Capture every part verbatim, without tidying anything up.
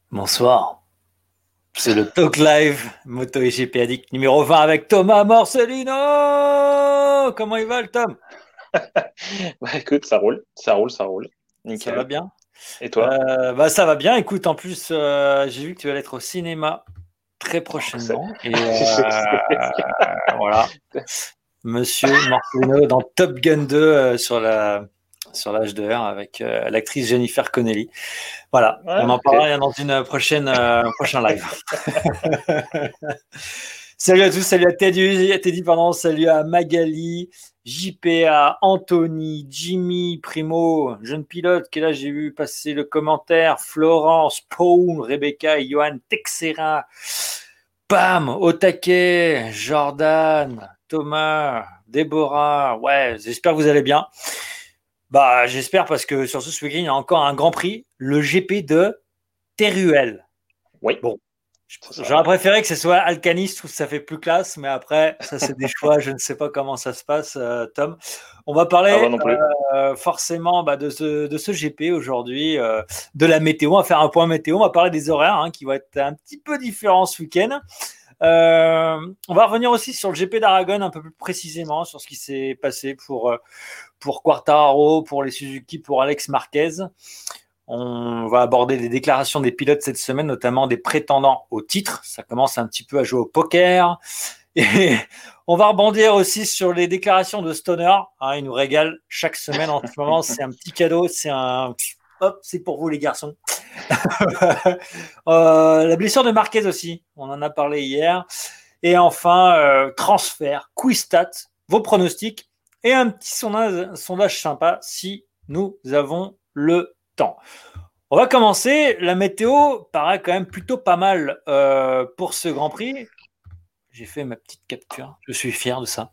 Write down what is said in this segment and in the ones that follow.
Bonsoir, c'est le Talk Live MotoGP Addict numéro vingt avec Thomas Morcellino. Comment il va le Tom? Bah écoute, ça roule, ça roule, ça roule. Ça va Nickel. bien? Et toi? Euh, bah ça va bien. Écoute, en plus, euh, j'ai vu que tu allais être au cinéma très Oh, c'est- prochainement et euh, voilà, Monsieur Morcellino dans Top Gun deux euh, sur la sur l'H deux R avec euh, l'actrice Jennifer Connelly. Voilà, on Ouais, en ok. parlera dans une prochaine euh, un prochain live. Salut à tous, salut à Teddy, à Teddy, pardon, salut à Magali, J P, à Anthony, Jimmy, Primo, jeune pilote, qui est là, j'ai vu passer le commentaire, Florence, Paul, Rebecca, Johan, Texera, Pam, Otake, Jordan, Thomas, Déborah, ouais, j'espère que vous allez bien. Bah, j'espère parce que surtout ce week-end, il y a encore un grand prix, le G P de Teruel. Oui, Bon, c'est j'aurais ça. préféré que ce soit Alcanis, je trouve que ça fait plus classe, mais après, ça c'est des choix, je ne sais pas comment ça se passe, euh, Tom. On va Ah bah parler non plus. euh, forcément bah, de, ce, de ce G P aujourd'hui, euh, de la météo, on va faire un point météo, on va parler des horaires hein, qui vont être un petit peu différents ce week-end. Euh, on va revenir aussi sur le G P d'Aragon un peu plus précisément, sur ce qui s'est passé pour, euh, pour Quartararo, pour les Suzuki, pour Alex Marquez. On va aborder des déclarations des pilotes cette semaine, notamment des prétendants au titre. Ça commence un petit peu à jouer au poker. Et on va rebondir aussi sur les déclarations de Stoner. Hein, il nous régale chaque semaine en ce moment. C'est un petit cadeau. C'est un. Hop, c'est pour vous les garçons. euh, la blessure de Marquez aussi. On en a parlé hier. Et enfin, euh, transfert, quiz stat, vos pronostics et un petit sondage, sondage sympa si nous avons le temps. On va commencer. La météo paraît quand même plutôt pas mal euh, pour ce Grand Prix. J'ai fait ma petite capture. Je suis fier de ça.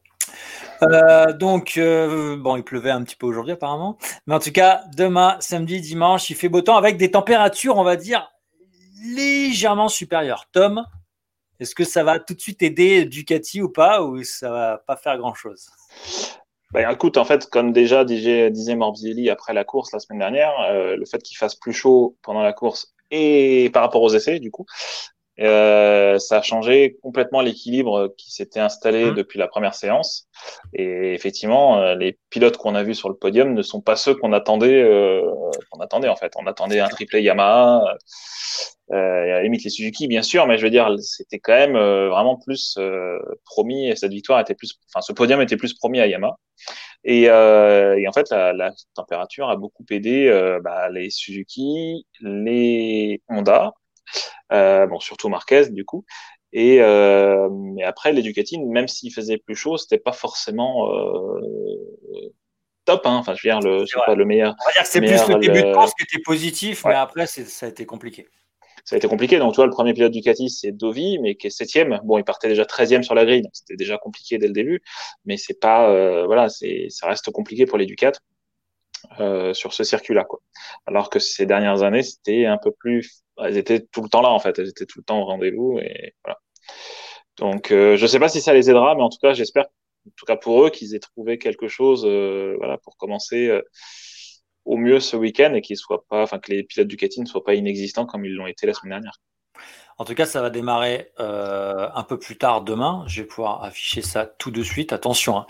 Euh, donc, euh, bon, il pleuvait un petit peu aujourd'hui apparemment. Mais en tout cas, demain, samedi, dimanche, il fait beau temps avec des températures, on va dire, légèrement supérieures. Tom, est-ce que ça va tout de suite aider Ducati ou pas, ou ça va pas faire grand-chose? Bah écoute, en fait, comme déjà disait, disait Morbidelli après la course la semaine dernière, euh, le fait qu'il fasse plus chaud pendant la course et par rapport aux essais, du coup, Euh, ça a changé complètement l'équilibre qui s'était installé Hum, depuis la première séance. Et effectivement, euh, les pilotes qu'on a vus sur le podium ne sont pas ceux qu'on attendait, euh, qu'on attendait en fait. On attendait c'est un clair. triplé Yamaha, euh, et à la limite les Suzuki, bien sûr, mais je veux dire, c'était quand même euh, vraiment plus euh, promis. Et cette victoire était plus, enfin, ce podium était plus promis à Yamaha. Et, euh, et en fait, la, la température a beaucoup aidé euh, bah, les Suzuki, les Honda euh, bon, surtout Marquez, du coup. Et, euh, mais après, les Ducati, même s'il faisait plus chaud, c'était pas forcément euh, top. Hein. Enfin, je veux dire, le, C'est c'est vrai. pas le meilleur, On va dire que c'est plus le meilleur. début de Le... course qui était positif, mais Ouais, après, c'est, ça a été compliqué. ça a été compliqué. Donc, tu vois, le premier pilote Ducati, c'est Dovi, mais qui est septième. Bon, il partait déjà treizième sur la grille, donc c'était déjà compliqué dès le début. Mais c'est pas, euh, voilà, c'est, ça reste compliqué pour les Ducati euh, sur ce circuit-là, quoi. Alors que ces dernières années, c'était un peu plus, elles étaient tout le temps là, en fait. Elles étaient tout le temps au rendez-vous et voilà. Donc, euh, je ne sais pas si ça les aidera, mais en tout cas, j'espère, en tout cas pour eux, qu'ils aient trouvé quelque chose, euh, voilà, pour commencer euh, au mieux ce week-end et qu'ils soient pas, enfin, que les pilotes Ducati ne soient pas inexistants comme ils l'ont été la semaine dernière. En tout cas, ça va démarrer euh, un peu plus tard demain. Je vais pouvoir afficher ça tout de suite. Attention. Hein.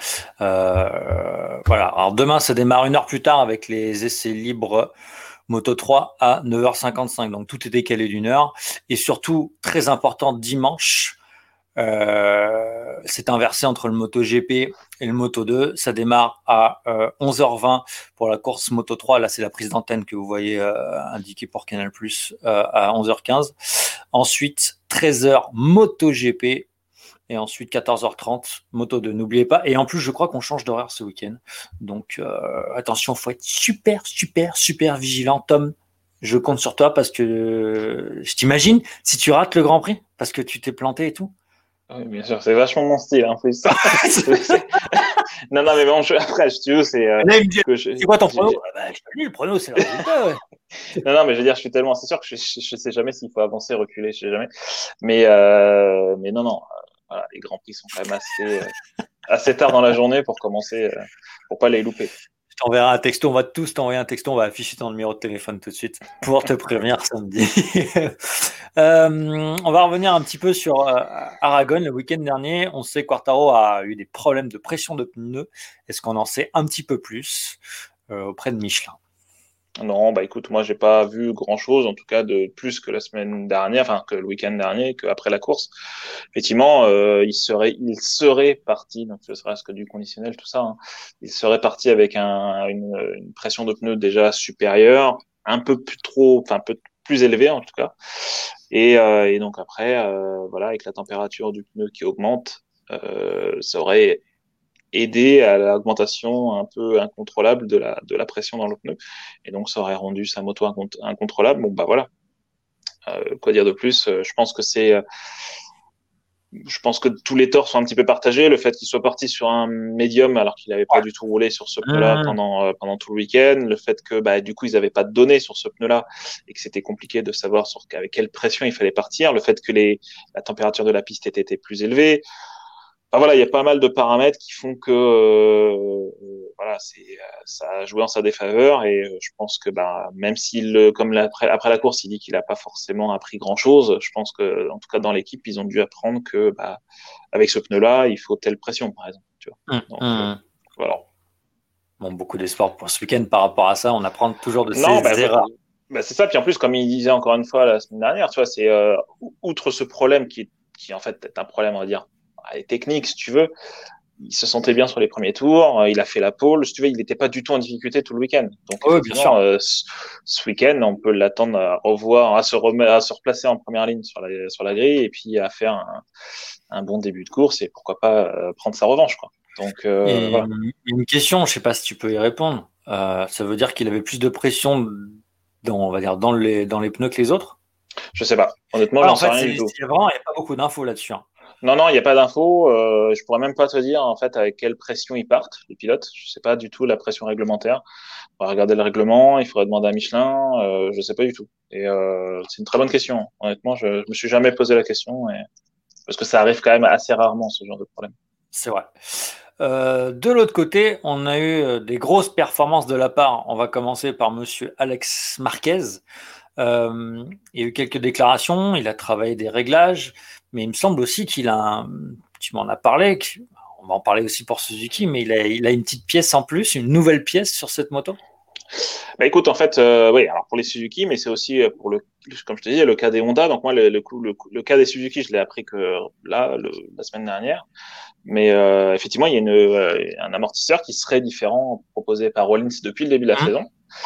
Euh, voilà. Alors demain, ça démarre une heure plus tard avec les essais libres Moto trois à neuf heures cinquante-cinq. Donc tout est décalé d'une heure. Et surtout, très important, dimanche, euh, c'est inversé entre le MotoGP et le Moto deux. Ça démarre à euh, onze heures vingt pour la course Moto trois. Là, c'est la prise d'antenne que vous voyez euh, indiquée pour Canal+, euh, à onze heures quinze. Ensuite, treize heures MotoGP. Et ensuite, quatorze heures trente, Moto deux. N'oubliez pas. Et en plus, je crois qu'on change d'horaire ce week-end. Donc, euh, attention, il faut être super, super, super vigilant. Tom, je compte sur toi parce que euh, je t'imagine si tu rates le Grand Prix parce que tu t'es planté et tout. Oui, bien sûr, c'est vachement mon style, en plus. non, non, mais bon, je, après, je, tu veux, c'est euh, Là, il me dit, que je, c'est quoi ton j'ai- prono? j'ai- Ah bah, je te le dis, le prono, c'est le résultat. Ouais. non, non, mais je veux dire, je suis tellement, c'est sûr que je, je, je sais jamais s'il faut avancer, reculer, je sais jamais. Mais, euh, mais non, non, euh, voilà, les grands prix sont quand même assez, euh, assez tard dans la journée pour commencer, euh, pour pas les louper. t'enverrai un texto, on va tous t'envoyer un texto, on va afficher ton numéro de téléphone tout de suite pour te prévenir samedi. euh, on va revenir un petit peu sur euh, Aragon. Le week-end dernier, on sait que Quartaro a eu des problèmes de pression de pneus. Est-ce qu'on en sait un petit peu plus euh, auprès de Michelin? Non, bah écoute, moi j'ai pas vu grand-chose, en tout cas de plus que la semaine dernière, enfin que le week-end dernier, qu'après la course. Effectivement, euh, il serait, il serait parti, donc ce serait ce que du conditionnel, tout ça, hein, il serait parti avec un, une, une pression de pneus déjà supérieure, un peu plus trop, enfin un peu plus élevée en tout cas. Et, euh, et donc après, euh, voilà, avec la température du pneu qui augmente, euh, ça aurait aider à l'augmentation un peu incontrôlable de la, de la pression dans le pneu. Et donc, ça aurait rendu sa moto incont- incontrôlable. Bon, bah voilà. Euh, quoi dire de plus? Euh, Je pense que c'est, euh, je pense que tous les torts sont un petit peu partagés. Le fait qu'il soit parti sur un médium alors qu'il n'avait pas Ouais. du tout roulé sur ce pneu-là Mmh. pendant, euh, pendant tout le week-end. Le fait que, bah, du coup, ils n'avaient pas de données sur ce pneu-là et que c'était compliqué de savoir sur, avec quelle pression il fallait partir. Le fait que les, la température de la piste était, était plus élevée. Enfin, voilà, il y a pas mal de paramètres qui font que euh, voilà, c'est ça a joué en sa défaveur et euh, je pense que bah même s'il euh, comme après après la course, il dit qu'il a pas forcément appris grand-chose, je pense que en tout cas dans l'équipe, ils ont dû apprendre que bah avec ce pneu-là, il faut telle pression par exemple, tu vois. Mmh. Donc euh, Mmh. voilà. Bon, beaucoup d'espoir pour ce week-end par rapport à ça. On apprend toujours de Non, bah, ses v- erreurs. bah, c'est ça. Puis en plus, comme il disait encore une fois la semaine dernière, tu vois, c'est euh, outre ce problème qui qui en fait est un problème, on va dire, euh, technique si tu veux. Il se sentait bien sur les premiers tours, euh, il a fait la pole. Si tu veux, il n'était pas du tout en difficulté tout le week-end. Donc Oui, bien effectivement, sûr. euh, ce, ce week-end, on peut l'attendre à revoir, à se remettre, à se replacer en première ligne sur la, sur la grille et puis à faire un, un bon début de course et pourquoi pas euh, prendre sa revanche, quoi. Donc euh, Et voilà. une question, je ne sais pas si tu peux y répondre. Euh, ça veut dire qu'il avait plus de pression dans, on va dire, dans les, dans les pneus que les autres? Je sais pas. Honnêtement, Ouais, j'en en sais fait, rien c'est du tout. c'est vraiment, il n'y a pas beaucoup d'infos là-dessus, hein. Non, non, il n'y a pas d'infos. Euh, je pourrais même pas te dire en fait avec quelle pression ils partent, les pilotes. Je sais pas du tout la pression réglementaire. On va regarder le règlement. Il faudrait demander à Michelin. Euh, je sais pas du tout. Et euh, c'est une très bonne question. Honnêtement, je, je me suis jamais posé la question et... parce que ça arrive quand même assez rarement ce genre de problème. C'est vrai. Euh, de l'autre côté, on a eu euh, des grosses performances de la part. On va commencer par Monsieur Alex Marquez. Euh, il y a eu quelques déclarations, il a travaillé des réglages, mais il me semble aussi qu'il a, un, tu m'en as parlé, que- on va en parler aussi pour Suzuki, mais il a, il a une petite pièce en plus, une nouvelle pièce sur cette moto. Bah écoute, en fait, euh, oui, alors pour les Suzuki, mais c'est aussi euh, pour le, comme je te disais, le cas des Honda. Donc moi, le, le, coup, le, le cas des Suzuki, je l'ai appris que là, le, la semaine dernière. Mais euh, effectivement, il y a une, euh, un amortisseur qui serait différent proposé par Rollins depuis le début de la Mmh. saison,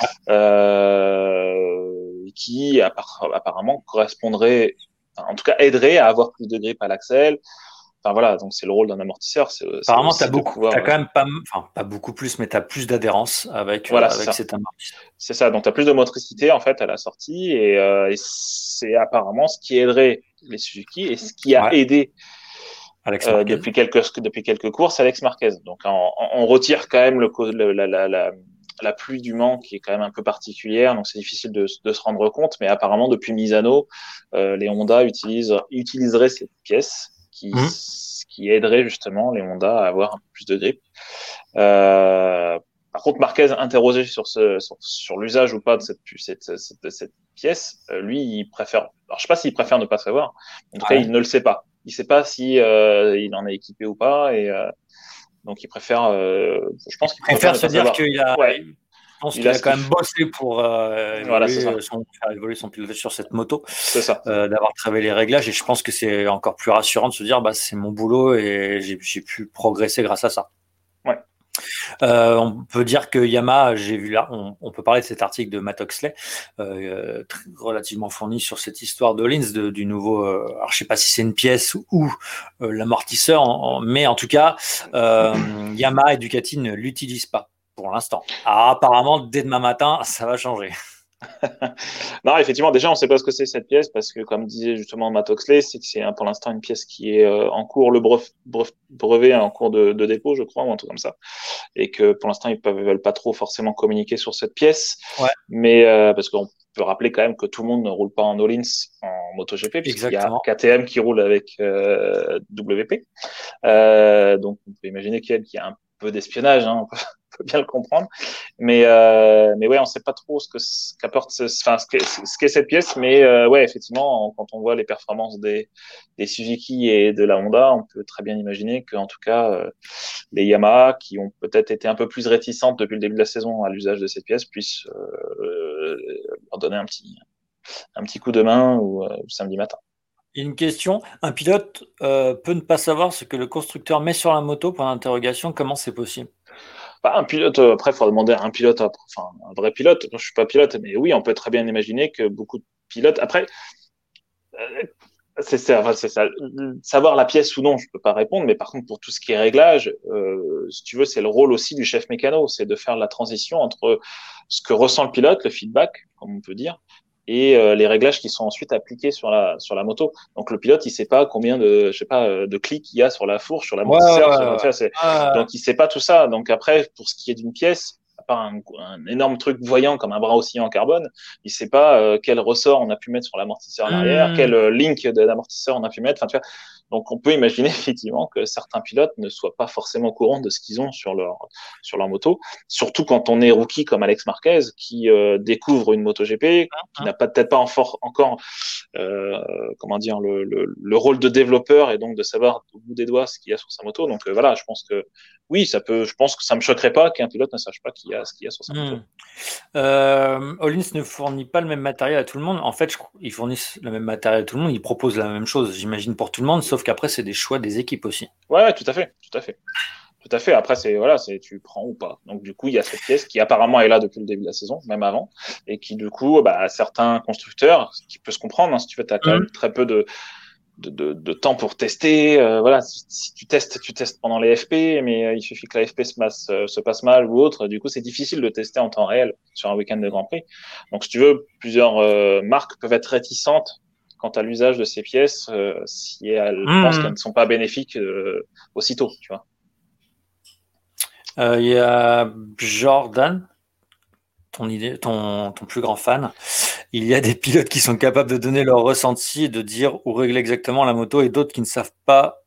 euh, qui appar- apparemment correspondrait, enfin, en tout cas aiderait à avoir plus de grip à l'axel. Enfin voilà, donc c'est le rôle d'un amortisseur, c'est c'est Apparemment, tu as aussi de beaucoup, t'as pouvoir, quand même pas, enfin, pas beaucoup plus, mais tu as plus d'adhérence avec, euh, voilà, c'est avec ça. cet amortisseur. C'est ça, donc tu as plus de motricité en fait à la sortie et, euh, et c'est apparemment ce qui aiderait les Suzuki et ce qui a Ouais, aidé Alex euh, Marquez. depuis quelques depuis quelques courses Alex Marquez. Donc on, on retire quand même le, le la, la, la, la pluie du Mans qui est quand même un peu particulière, donc c'est difficile de, de se rendre compte, mais apparemment depuis Misano, euh, les Honda utilisent utiliseraient cette pièce qui Mmh. qui aiderait justement les Honda à avoir un peu plus de grip. Euh, par contre, Marquez interrogé sur ce sur, sur l'usage ou pas de cette cette, cette, cette pièce, euh, lui il préfère. Alors je sais pas s'il préfère ne pas savoir. En tout cas, Ouais. il ne le sait pas. Il sait pas si euh, il en est équipé ou pas et euh, donc il préfère. Euh, je pense qu'il Je préfère préfère ne se pas dire savoir. qu'il a, Ouais, je pense il a qu'il a ce quand qu'il. même bossé pour euh, Voilà, c'est évoluer ça. son, faire évoluer son pilotage sur cette moto, C'est ça. euh, d'avoir travaillé les réglages, et je pense que c'est encore plus rassurant de se dire, bah, c'est mon boulot et j'ai, j'ai pu progresser grâce à ça. Ouais. Euh, on peut dire que Yamaha, j'ai vu là, on, on peut parler de cet article de Matt Oxley, euh, très, relativement fourni sur cette histoire de Linz, de, du nouveau. Euh, alors je sais pas si c'est une pièce ou euh, l'amortisseur, en, en, mais en tout cas, euh, Yamaha et Ducati ne l'utilisent pas pour l'instant. Alors apparemment, dès demain matin, ça va changer. Non, effectivement, déjà, on ne sait pas ce que c'est cette pièce parce que, comme disait justement Matt Oxley, c'est que c'est pour l'instant une pièce qui est euh, en cours, le bref, bref, brevet en cours de, de dépôt, je crois, ou un truc comme ça, et que pour l'instant, ils ne veulent pas trop forcément communiquer sur cette pièce, Ouais, mais euh, parce qu'on peut rappeler quand même que tout le monde ne roule pas en All-ins en MotoGP, puisqu'il y a exactement. K T M qui roule avec euh, W P. Euh, donc, on peut imaginer qu'il y a un peu d'espionnage, hein, on peut, on peut bien le comprendre. Mais, euh, mais ouais, on sait pas trop ce que ce qu'apporte, ce, enfin, ce qu'est, ce qu'est cette pièce. Mais euh, ouais, effectivement, quand on voit les performances des, des Suzuki et de la Honda, on peut très bien imaginer qu'en tout cas, euh, les Yamaha, qui ont peut-être été un peu plus réticentes depuis le début de la saison à l'usage de cette pièce, puissent euh, leur donner un petit, un petit coup de main ou euh, samedi matin. Une question, un pilote euh, peut ne pas savoir ce que le constructeur met sur la moto, pour l'interrogation, comment c'est possible? Bah, un pilote, euh, après, il faudra demander à un pilote, enfin, un vrai pilote. Moi, je suis pas pilote, mais oui, on peut très bien imaginer que beaucoup de pilotes. Après, euh, c'est ça, enfin, c'est ça. Savoir la pièce ou non, je peux pas répondre, mais par contre, pour tout ce qui est réglage, euh, si tu veux, c'est le rôle aussi du chef mécano, c'est de faire la transition entre ce que ressent le pilote, le feedback, comme on peut dire, et euh, les réglages qui sont ensuite appliqués sur la sur la moto. Donc le pilote, il sait pas combien de je sais pas euh, de clics il y a sur la fourche, sur Ouais, ouais, l'amortisseur, sur ouais, enfin, tu vois, c'est ouais. donc il sait pas tout ça. Donc après, pour ce qui est d'une pièce, à part un, un énorme truc voyant comme un bras oscillant en carbone, il sait pas euh, quel ressort on a pu mettre sur l'amortisseur à l'arrière, Hmm. quel euh, link d'amortisseur on a pu mettre. Enfin, tu vois. Donc on peut imaginer effectivement que certains pilotes ne soient pas forcément au courant de ce qu'ils ont sur leur sur leur moto, surtout quand on est rookie comme Alex Marquez qui euh, découvre une MotoGP, qui n'a pas peut-être pas en for- encore euh, comment dire le, le, le rôle de développeur et donc de savoir au bout des doigts ce qu'il y a sur sa moto. Donc euh, voilà, je pense que oui, ça peut. Je pense que ça me choquerait pas qu'un pilote ne sache pas qu'il y a ce qu'il y a sur sa moto. Hmm. Euh, Hollins ne fournit pas le même matériel à tout le monde. En fait, je crois- ils fournissent le même matériel à tout le monde. Ils proposent la même chose, j'imagine, pour tout le monde, sauf qu'après, c'est des choix des équipes aussi. Ouais, ouais, tout à fait, tout à fait. Tout à fait. Après, c'est voilà, c'est tu prends ou pas. Donc du coup, il y a cette pièce qui apparemment est là depuis le début de la saison, même avant, et qui du coup, bah, certains constructeurs, ce qui peut se comprendre, hein, si tu veux, t'as quand même Hmm. très peu de de, de, de temps pour tester. Euh, voilà, si, si tu testes, tu testes pendant les F P, mais euh, il suffit que la F P se passe euh, se passe mal ou autre. Du coup, c'est difficile de tester en temps réel sur un week-end de Grand Prix. Donc, si tu veux, plusieurs euh, marques peuvent être réticentes quant à l'usage de ces pièces euh, si elles pensent qu'elles Hmm. ne sont pas bénéfiques euh, aussitôt, tu vois. Euh, Il y a Jordan, ton idée, ton, ton plus grand fan. Il y a des pilotes qui sont capables de donner leur ressenti, de dire où régler exactement la moto, et d'autres qui ne savent pas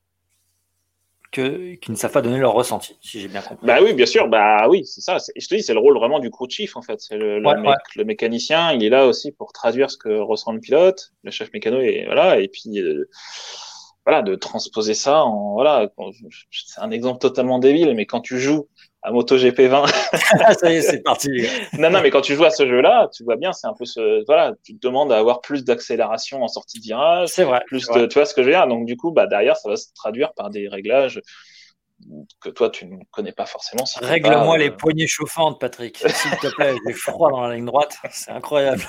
que, qui ne savent pas donner leur ressenti, si j'ai bien compris. Bah oui, bien sûr, bah oui, c'est ça. C'est- Je te dis, c'est le rôle vraiment du crew chief en fait. C'est le, le, Ouais, ouais. mec, le mécanicien, il est là aussi pour traduire ce que ressent le pilote, le chef mécano et voilà, et puis euh, voilà, de transposer ça en voilà. C'est un exemple totalement débile, mais quand tu joues à MotoGP vingt, Ça y est, c'est parti, les gars. non non, mais quand tu joues à ce jeu-là, tu vois bien, c'est un peu ce voilà, tu te demandes à avoir plus d'accélération en sortie de virage, C'est vrai, c'est plus vrai. de, tu vois ce que je veux dire. Donc du coup, bah derrière, ça va se traduire par des réglages que toi tu ne connais pas forcément si t'es pas Règle-moi les euh, poignées chauffantes, Patrick. S'il te plaît, j'ai froid dans la ligne droite. C'est incroyable.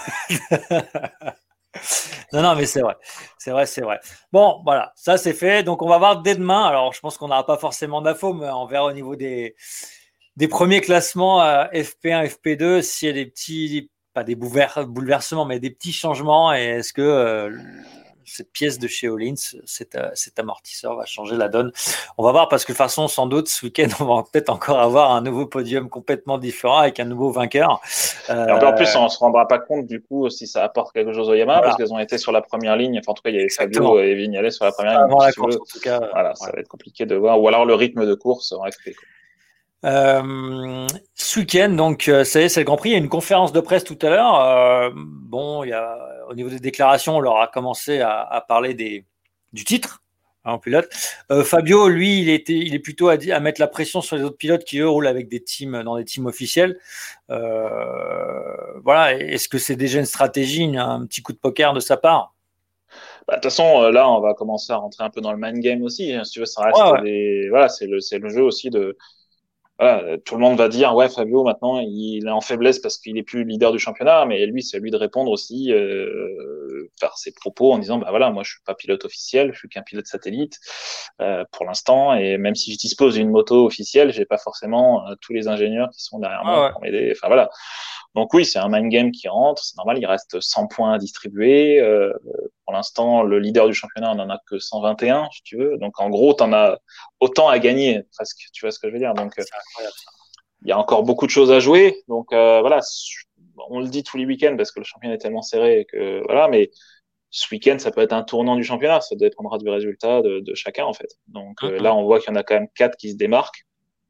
Non, non, mais c'est vrai. C'est vrai, c'est vrai. Bon, voilà, ça c'est fait. Donc, on va voir dès demain. Alors, je pense qu'on n'aura pas forcément d'infos, mais on verra au niveau des, des premiers classements euh, F P un, F P deux, s'il y a des petits, pas des boulever- bouleversements, mais des petits changements. Et est-ce que euh, cette pièce de chez Hollins, cet, euh, cet amortisseur va changer la donne? On va voir parce que de toute façon, sans doute, ce week-end, on va peut-être encore avoir un nouveau podium complètement différent avec un nouveau vainqueur. Et en Euh, plus, on se rendra pas compte du coup si ça apporte quelque chose au Yamaha parce voilà, qu'elles ont été sur la première ligne. Enfin, en tout cas, il y avait Fabio exactement. et Vignales sur la première ligne. Donc, Avant si la tu course, veux, en tout cas. euh, voilà, ça voilà. va être compliqué de voir. Ou alors le rythme de course en F P, quoi. Euh, ce week-end, donc, euh, ça y est, c'est le Grand Prix. Il y a une conférence de presse tout à l'heure. Euh, bon, il y a, au niveau des déclarations, on leur a commencé à, à parler des, du titre hein, en pilote. Euh, Fabio, lui, il, était, il est plutôt à, à mettre la pression sur les autres pilotes qui, eux, roulent avec des teams, dans des teams officiels. Euh, voilà. Est-ce que c'est déjà une stratégie, une- un petit coup de poker de sa part? Bah, de toute façon, euh, là, on va commencer à rentrer un peu dans le mind game aussi, hein. Si tu veux, ça Ouais, reste ouais. des, voilà, c'est le, c'est le jeu aussi de, voilà, tout le monde va dire, ouais, Fabio, maintenant, il est en faiblesse parce qu'il est plus leader du championnat, mais lui, c'est à lui de répondre aussi euh, par ses propos en disant, bah voilà, moi, je suis pas pilote officiel, je suis qu'un pilote satellite euh, pour l'instant, et même si je dispose d'une moto officielle, j'ai pas forcément euh, tous les ingénieurs qui sont derrière Ouais, moi ouais. pour m'aider. Enfin voilà. Donc oui, c'est un mind game qui rentre, c'est normal, il reste cent points à distribuer. Euh, pour l'instant, le leader du championnat, on en a que cent vingt et un, si tu veux. Donc en gros, tu en as autant à gagner, presque. Tu vois ce que je veux dire? Donc C'est incroyable. il y a encore beaucoup de choses à jouer. Donc euh, voilà, on le dit tous les week-ends parce que le championnat est tellement serré que voilà, mais ce week-end, ça peut être un tournant du championnat. Ça dépendra du résultat de, de chacun, en fait. Donc Hum, euh, là, hum. on voit qu'il y en a quand même quatre qui se démarquent.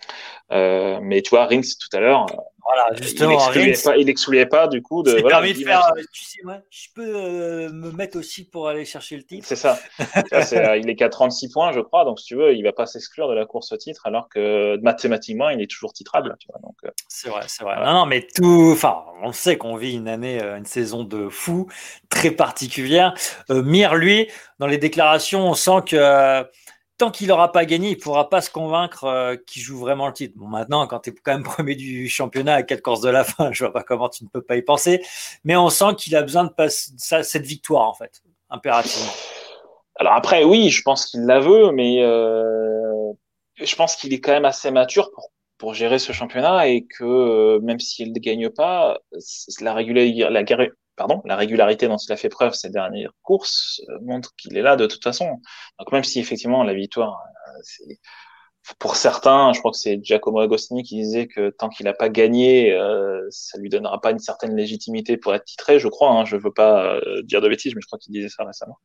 Euh, mais tu vois, Rins tout à l'heure, Voilà, il justement, excluait Rins, pas, il excluait pas du coup de c'est voilà, permis il de dit même faire. si euh, Tu sais, moi, je peux euh, me mettre aussi pour aller chercher le c'est titre. ça. Tu vois, c'est, euh, il est qu'à trente-six points, je crois. Donc, si tu veux, il va pas s'exclure de la course au titre, alors que mathématiquement, il est toujours titrable. Tu vois, donc, euh, C'est vrai, c'est vrai. voilà. Non, non, mais tout. Enfin, on sait qu'on vit une année, euh, une saison de fou, très particulière. Euh, Mir, lui, dans les déclarations, on sent que euh, tant qu'il n'aura pas gagné, il ne pourra pas se convaincre euh, qu'il joue vraiment le titre. Bon, maintenant, quand tu es quand même premier du championnat à quatre courses de la fin, je vois pas comment tu ne peux pas y penser. Mais on sent qu'il a besoin de passer ça, cette victoire, en fait, impérativement. Alors après, oui, je pense qu'il la veut, mais euh, je pense qu'il est quand même assez mature pour, pour gérer ce championnat et que euh, même s'il ne gagne pas, c'est- la régularité, la, guéri- pardon, la régularité dont il a fait preuve ces dernières courses euh, montre qu'il est là de toute façon. Donc même si effectivement la victoire, euh, c'est pour certains, je crois que c'est Giacomo Agostini qui disait que tant qu'il n'a pas gagné, euh, ça lui donnera pas une certaine légitimité pour être titré, je crois. Hein, je veux pas euh, dire de bêtises, mais je crois qu'il disait ça récemment.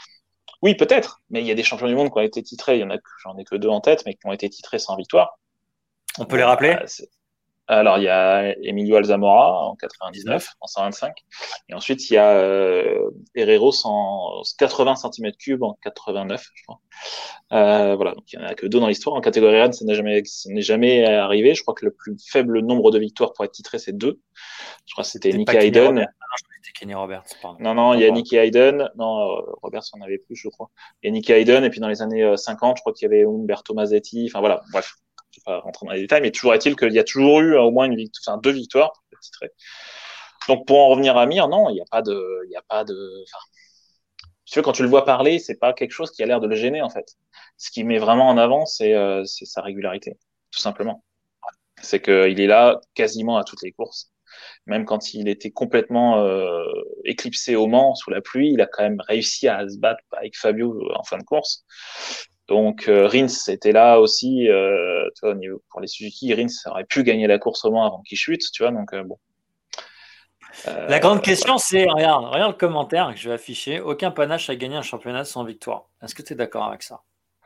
Oui, peut-être, mais il y a des champions du monde qui ont été titrés. Il y en a que j'en ai que deux en tête, mais qui ont été titrés sans victoire. On peut les Bon, bah, rappeler? c'est- alors il y a Emilio Alzamora en quatre-vingt-dix-neuf, dix-neuf. en cent vingt-cinq, et ensuite il y a euh, Herreros en quatre-vingts centimètres cubes en quatre-vingt-neuf, je crois. Euh, voilà, donc il y en a que deux dans l'histoire. En catégorie R A N, ça n'est jamais, ça n'est jamais arrivé. Je crois que le plus faible nombre de victoires pour être titré, c'est deux. Je crois que c'était C'était pas Nicky Kenny Hayden. Roberts. Ah non, je crois que c'était Kenny Roberts, pardon. Non, non, il Autant y a pour moi. Nicky Hayden. Non, euh, Roberts en avait plus, je crois. Il y a Nicky Hayden, et puis dans les années euh, cinquante, je crois qu'il y avait Umberto Mazzetti. Enfin voilà, bref, je ne vais pas rentrer dans les détails, mais toujours est-il qu'il y a toujours eu euh, au moins une victoire, enfin deux victoires pour être titré. Donc pour en revenir à Mir, non, il n'y a pas de, il y a pas de, enfin, tu vois, quand tu le vois parler, c'est pas quelque chose qui a l'air de le gêner en fait. Ce qui met vraiment en avant, c'est euh, c'est sa régularité, tout simplement. C'est qu'il est là quasiment à toutes les courses. Même quand il était complètement euh, éclipsé au Mans sous la pluie, il a quand même réussi à se battre avec Fabio en fin de course. Donc euh, Rins était là aussi, euh, tu vois, au niveau, pour les Suzuki, Rins aurait pu gagner la course au Mans avant qu'il chute, tu vois, donc euh, bon. La Euh, grande voilà. question, c'est, regarde, regarde le commentaire que je vais afficher. Aucun panache a gagné un championnat sans victoire. Est-ce que tu es d'accord avec ça?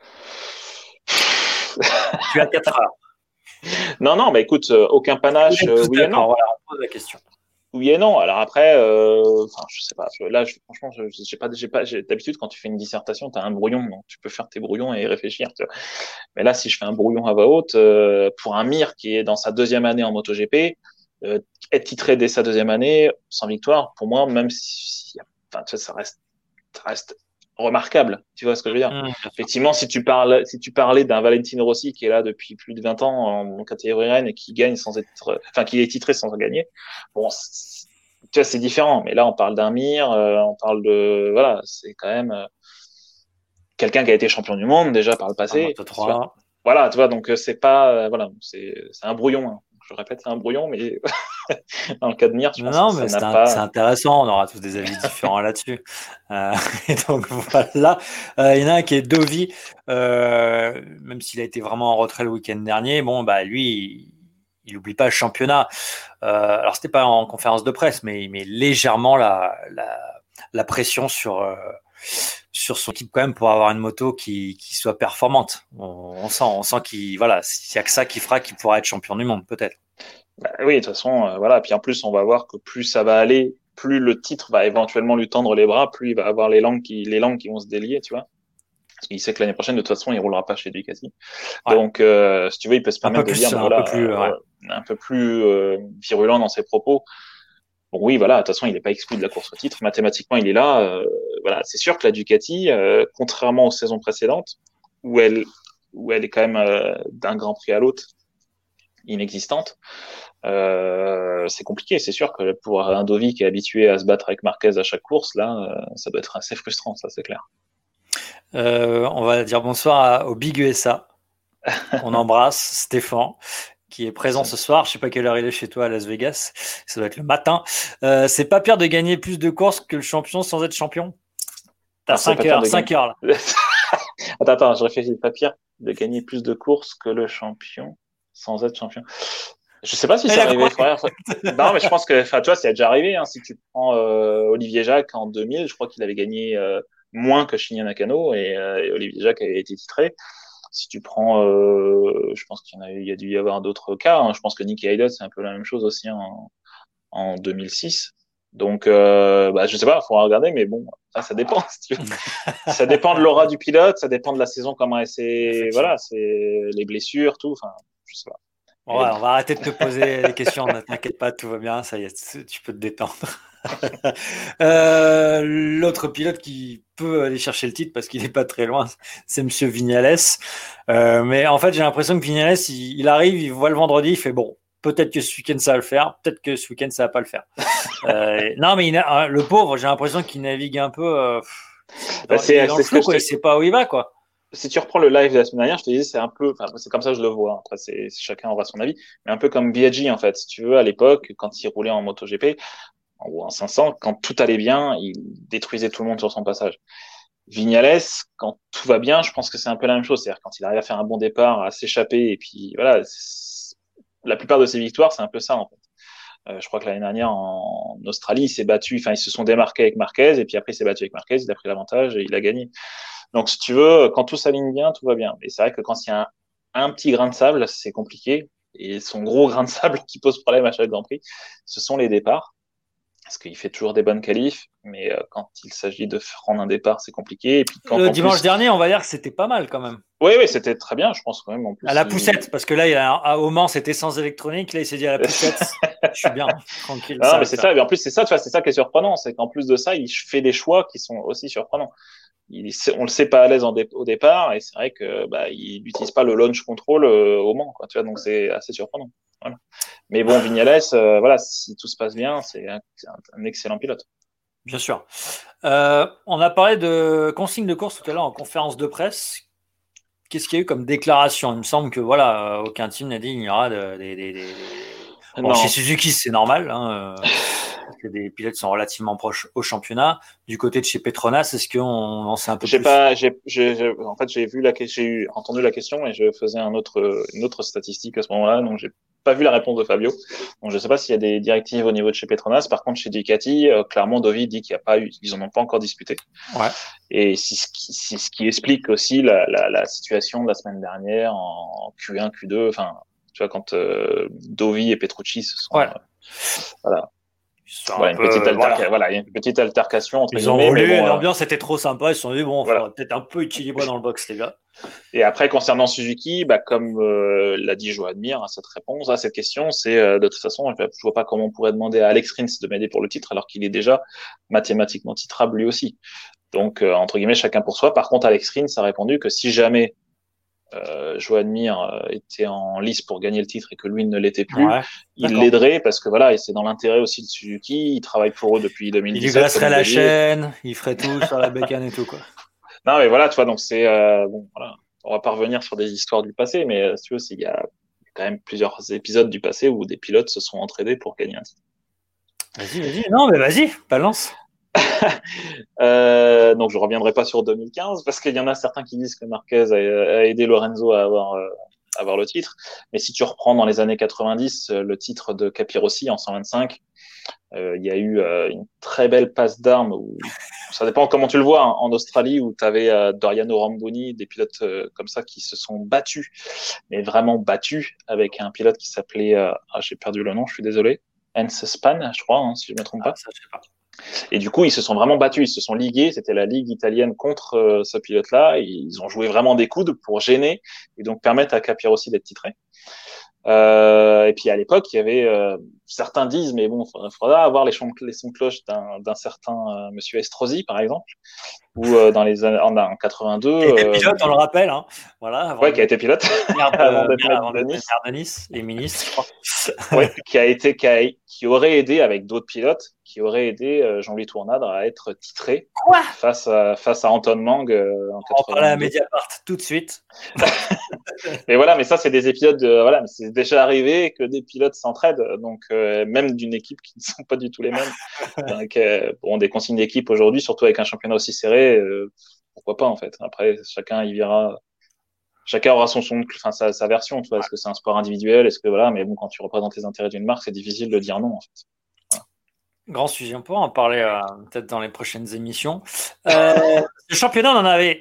Tu as quatre heures. Non, non, mais écoute, euh, aucun Vous panache, êtes euh, tous oui et d'accord, non. voilà, on pose la question. Oui et non. Alors après, euh, enfin, je sais pas. Je- là, je, franchement, je, j'ai pas, j'ai pas, j'ai, d'habitude, quand tu fais une dissertation, tu as un brouillon, donc tu peux faire tes brouillons et réfléchir. Tu vois. Mais là, si je fais un brouillon à voix haute, euh, pour un Mir qui est dans sa deuxième année en MotoGP, euh, être titré dès sa deuxième année sans victoire, pour moi, même si, enfin, tu sais, ça reste, ça reste remarquable. Tu vois ce que je veux dire? Hum, bien sûr. Effectivement, si tu parles, si tu parlais d'un Valentino Rossi qui est là depuis plus de vingt ans en catégorie Rennes et qui gagne sans être, enfin, qui est titré sans gagner, bon, c'est- tu vois, c'est différent. Mais là, on parle d'un Mir, euh, on parle de, voilà, c'est quand même euh, quelqu'un qui a été champion du monde déjà par le Un passé, moto tu vois. trois. Voilà, tu vois, donc euh, c'est pas, euh, voilà, c'est, c'est un brouillon. Hein. Je répète, c'est un brouillon, mais dans le cas de Mir, je pense que Non, ça mais n'a c'est un- c'est pas. intéressant. On aura tous des avis différents là-dessus. Euh, et donc voilà. Euh, il y en a un qui est Dovi, euh, même s'il a été vraiment en retrait le week-end dernier. Bon, bah lui, il n'oublie pas le championnat. Euh, alors c'était pas en conférence de presse, mais il met légèrement la, la, la pression sur euh, sur son équipe quand même pour avoir une moto qui, qui soit performante. On, on sent, on sent qu'il voilà, s'il y a que ça qui fera qu'il pourra être champion du monde peut-être. Bah oui, de toute façon, euh, voilà. Puis en plus, on va voir que plus ça va aller, plus le titre va éventuellement lui tendre les bras, plus il va avoir les langues qui, les langues qui vont se délier, tu vois. Parce qu'il sait que l'année prochaine, de toute façon, il roulera pas chez Ducati. Ouais, Donc, euh, si tu veux, il peut se un peu permettre de dire, plus, bah un peu voilà, plus, ouais. euh, un peu plus euh, virulent dans ses propos. Bon, oui, voilà, de toute façon, il n'est pas exclu de la course au titre. Mathématiquement, il est là. Euh, voilà, c'est sûr que la Ducati, euh, contrairement aux saisons précédentes, où elle, où elle est quand même euh, d'un Grand Prix à l'autre inexistante, euh, c'est compliqué. C'est sûr que pour un Dovi qui est habitué à se battre avec Marquez à chaque course, là, euh, ça doit être assez frustrant, ça, c'est clair. Euh, on va dire bonsoir à- au Big U S A qu'on embrasse, Stéphane, qui est présent ce soir. Je sais pas quelle heure il est chez toi à Las Vegas. Ça doit être le matin. Euh, c'est pas pire de gagner plus de courses que le champion sans être champion. T'as Alors, c'est pas cinq pire heures, de gagner. cinq heures là. Attends, attends, je réfléchis. Pas pire de gagner plus de courses que le champion sans être champion. Je sais pas si Il c'est a arrivé, compris. frère. Non, mais je pense que, enfin, tu vois, c'est déjà arrivé. Hein. Si tu prends euh, Olivier Jacques en deux mille, je crois qu'il avait gagné euh, moins que Shinya Nakano et, euh, et Olivier Jacques avait été titré. Si tu prends, euh, je pense qu'il y en a, eu- il y a dû y avoir d'autres cas. Hein. Je pense que Nicky Hayden, c'est un peu la même chose aussi en, en deux mille six. Donc, euh, bah, je sais pas, il faudra regarder, mais bon, ça, ça dépend. Si tu veux. Ça dépend de l'aura du pilote, ça dépend de la saison, comment elle s'est, Effectivement. voilà, c'est les blessures, tout. Enfin, je sais pas. Bon, Mais ouais, bon. on va arrêter de te poser des questions. Ne t'inquiète pas, tout va bien. Ça y est, tu peux te détendre. Euh, l'autre pilote qui peut aller chercher le titre parce qu'il n'est pas très loin, c'est Monsieur Vignales. Euh, mais en fait, j'ai l'impression que Vignales, il, il arrive, il voit le vendredi, il fait bon. Peut-être que ce week-end ça va le faire, peut-être que ce week-end ça va pas le faire. Euh, non, mais il a- le pauvre, j'ai l'impression qu'il navigue un peu. Euh, Bah, dans, il est c'est, dans le c'est ce que flou, je quoi. te, Il sait pas où il va, quoi. si tu reprends le live de la semaine dernière, je te disais, c'est un peu, enfin, c'est comme ça que je le vois. Après, c'est, chacun aura son avis, mais un peu comme Biaggi, en fait. Si tu veux, à l'époque, quand il roulait en MotoGP, ou en cinq cents, quand tout allait bien, il détruisait tout le monde sur son passage. Vignales, quand tout va bien, je pense que c'est un peu la même chose. C'est-à-dire quand il arrive à faire un bon départ, à s'échapper, et puis voilà, la plupart de ses victoires, c'est un peu ça, en fait. Euh, je crois que l'année dernière, en Australie, il s'est battu, enfin, ils se sont démarqués avec Marquez, et puis après, il s'est battu avec Marquez, il a pris l'avantage et il a gagné. Donc, si tu veux, quand tout s'aligne bien, tout va bien. Mais c'est vrai que quand il y a un, un petit grain de sable, c'est compliqué. Et son gros grain de sable qui pose problème à chaque Grand Prix, ce sont les départs. Parce qu'il fait toujours des bonnes qualifs, mais euh, quand il s'agit de prendre un départ, c'est compliqué. Et puis quand Le en dimanche plus, dernier, on va dire que c'était pas mal quand même. oui, oui, c'était très bien. Je pense quand même en À plus, la il... poussette, parce que là, il a, à, au Mans, c'était sans électronique. Là, il s'est dit à la poussette, je suis bien, tranquille, non, ça va mais le c'est faire. ça. Mais en plus, c'est ça, tu vois, c'est ça qui est surprenant, c'est qu'en plus de ça, il fait des choix qui sont aussi surprenants. Il, on le sait pas à l'aise en dé, au départ, et c'est vrai que bah, il n'utilise pas le launch control euh, au Mans, quoi. Tu vois, donc c'est assez surprenant. Voilà. Mais bon, Vignales, euh, voilà, si tout se passe bien, c'est un, un excellent pilote. Bien sûr. Euh, on a parlé de consignes de course tout à l'heure en conférence de presse. Qu'est-ce qu'il y a eu comme déclaration? Il me semble que voilà, aucun team n'a dit qu'il y aura de- des, des- des- des- Bon, chez Non, Suzuki, c'est normal, hein, euh, parce que des pilotes sont relativement proches au championnat. Du côté de chez Petronas, est-ce qu'on en sait un peu j'ai plus? pas, j'ai, j'ai, en fait, j'ai vu la, j'ai eu entendu la question et je faisais un autre, une autre statistique à ce moment-là, donc j'ai pas vu la réponse de Fabio. Donc je sais pas s'il y a des directives au niveau de chez Petronas. Par contre, chez Ducati, euh, clairement, Dovi dit qu'il n'y a pas eu, ils en ont pas encore discuté. Ouais. Et c'est ce qui, c'est ce qui explique aussi la, la, la situation de la semaine dernière en Q un, Q deux. Enfin, tu vois, quand euh, Dovi et Petrucci se sont, Ouais. euh, voilà, Ils sont un voilà, une petite peu, voilà. altercation, voilà, une petite altercation entre Ils ont guillemets, mais voulu, bon, euh, l'ambiance était trop sympa. Ils se sont dit, bon, il voilà. faudrait peut-être un peu équilibrer dans le box, les gars. Et après, concernant Suzuki, bah, comme euh, l'a dit Joan Mir à cette réponse, à cette question, c'est euh, de toute façon, je ne vois pas comment on pourrait demander à Alex Rins de m'aider pour le titre alors qu'il est déjà mathématiquement titrable lui aussi. Donc, euh, entre guillemets, chacun pour soi. Par contre, Alex Rins a répondu que si jamais euh, Joan Mir euh, était en lice pour gagner le titre et que lui ne l'était plus, Ouais. il D'accord. l'aiderait parce que voilà, et c'est dans l'intérêt aussi de Suzuki. Il travaille pour eux depuis Il lui deux mille dix-sept, comme glacerait il la le dit. chaîne, il ferait tout sur la bécane et tout, quoi. Non, mais voilà, tu vois, donc c'est euh, bon, voilà. On va pas revenir sur des histoires du passé, mais euh, si tu veux, il y a quand même plusieurs épisodes du passé où des pilotes se sont entraînés pour gagner un titre. Vas-y, vas-y. Non, mais vas-y, balance. Euh, donc je reviendrai pas sur deux mille quinze parce qu'il y en a certains qui disent que Marquez a, a aidé Lorenzo à avoir, euh, à avoir le titre. Mais si tu reprends dans les années quatre-vingt-dix, euh, le titre de Capirossi en cent vingt-cinq, euh, il y a eu euh, une très belle passe d'armes. Où, ça dépend comment tu le vois, hein, en Australie où tu avais euh, Doriano Ramboni, des pilotes euh, comme ça qui se sont battus, mais vraiment battus avec un pilote qui s'appelait, euh, ah, j'ai perdu le nom, je suis désolé, Hans Span, je crois, hein, si je me trompe Ah, pas. ça, je sais pas. Et du coup, ils se sont vraiment battus, ils se sont ligués. C'était la ligue italienne contre euh, ce pilote-là. Ils ont joué vraiment des coudes pour gêner et donc permettre à Capirossi d'être titré. Euh, et puis à l'époque, il y avait euh, certains disent, mais bon, il faudra avoir les sons, les sons de cloche d'un, d'un certain euh, Monsieur Estrosi, par exemple, ou euh, dans les années en, en quatre-vingt-deux, Qui était euh, pilote, on le rappelle, hein. Voilà, avant ouais, de qui a mettre été pilote merde, avant euh, d'être merde, maître avant de d'être maire Nice. de Nice et ministre, je crois. Ouais, qui a été, qui, a, qui aurait aidé avec d'autres pilotes, qui aurait aidé euh, Jean-Louis Tournade à être titré Quoi? face à, face à Anton Mang euh, en On va parler à quatre-vingt-deux. Mediapart tout de suite. Mais voilà, mais ça, c'est des épisodes, de, voilà, mais c'est déjà arrivé que des pilotes s'entraident, donc euh, même d'une équipe qui ne sont pas du tout les mêmes. Donc, euh, bon, des consignes d'équipe aujourd'hui, surtout avec un championnat aussi serré, euh, pourquoi pas en fait. Après, chacun y verra, chacun aura son son, enfin sa, sa version. Tu vois, est-ce que c'est un sport individuel, est-ce que voilà, mais bon, quand tu représentes les intérêts d'une marque, c'est difficile de dire non en fait. Voilà. Grand sujet, on pourra en parler euh, peut-être dans les prochaines émissions. Euh, le championnat, on en avait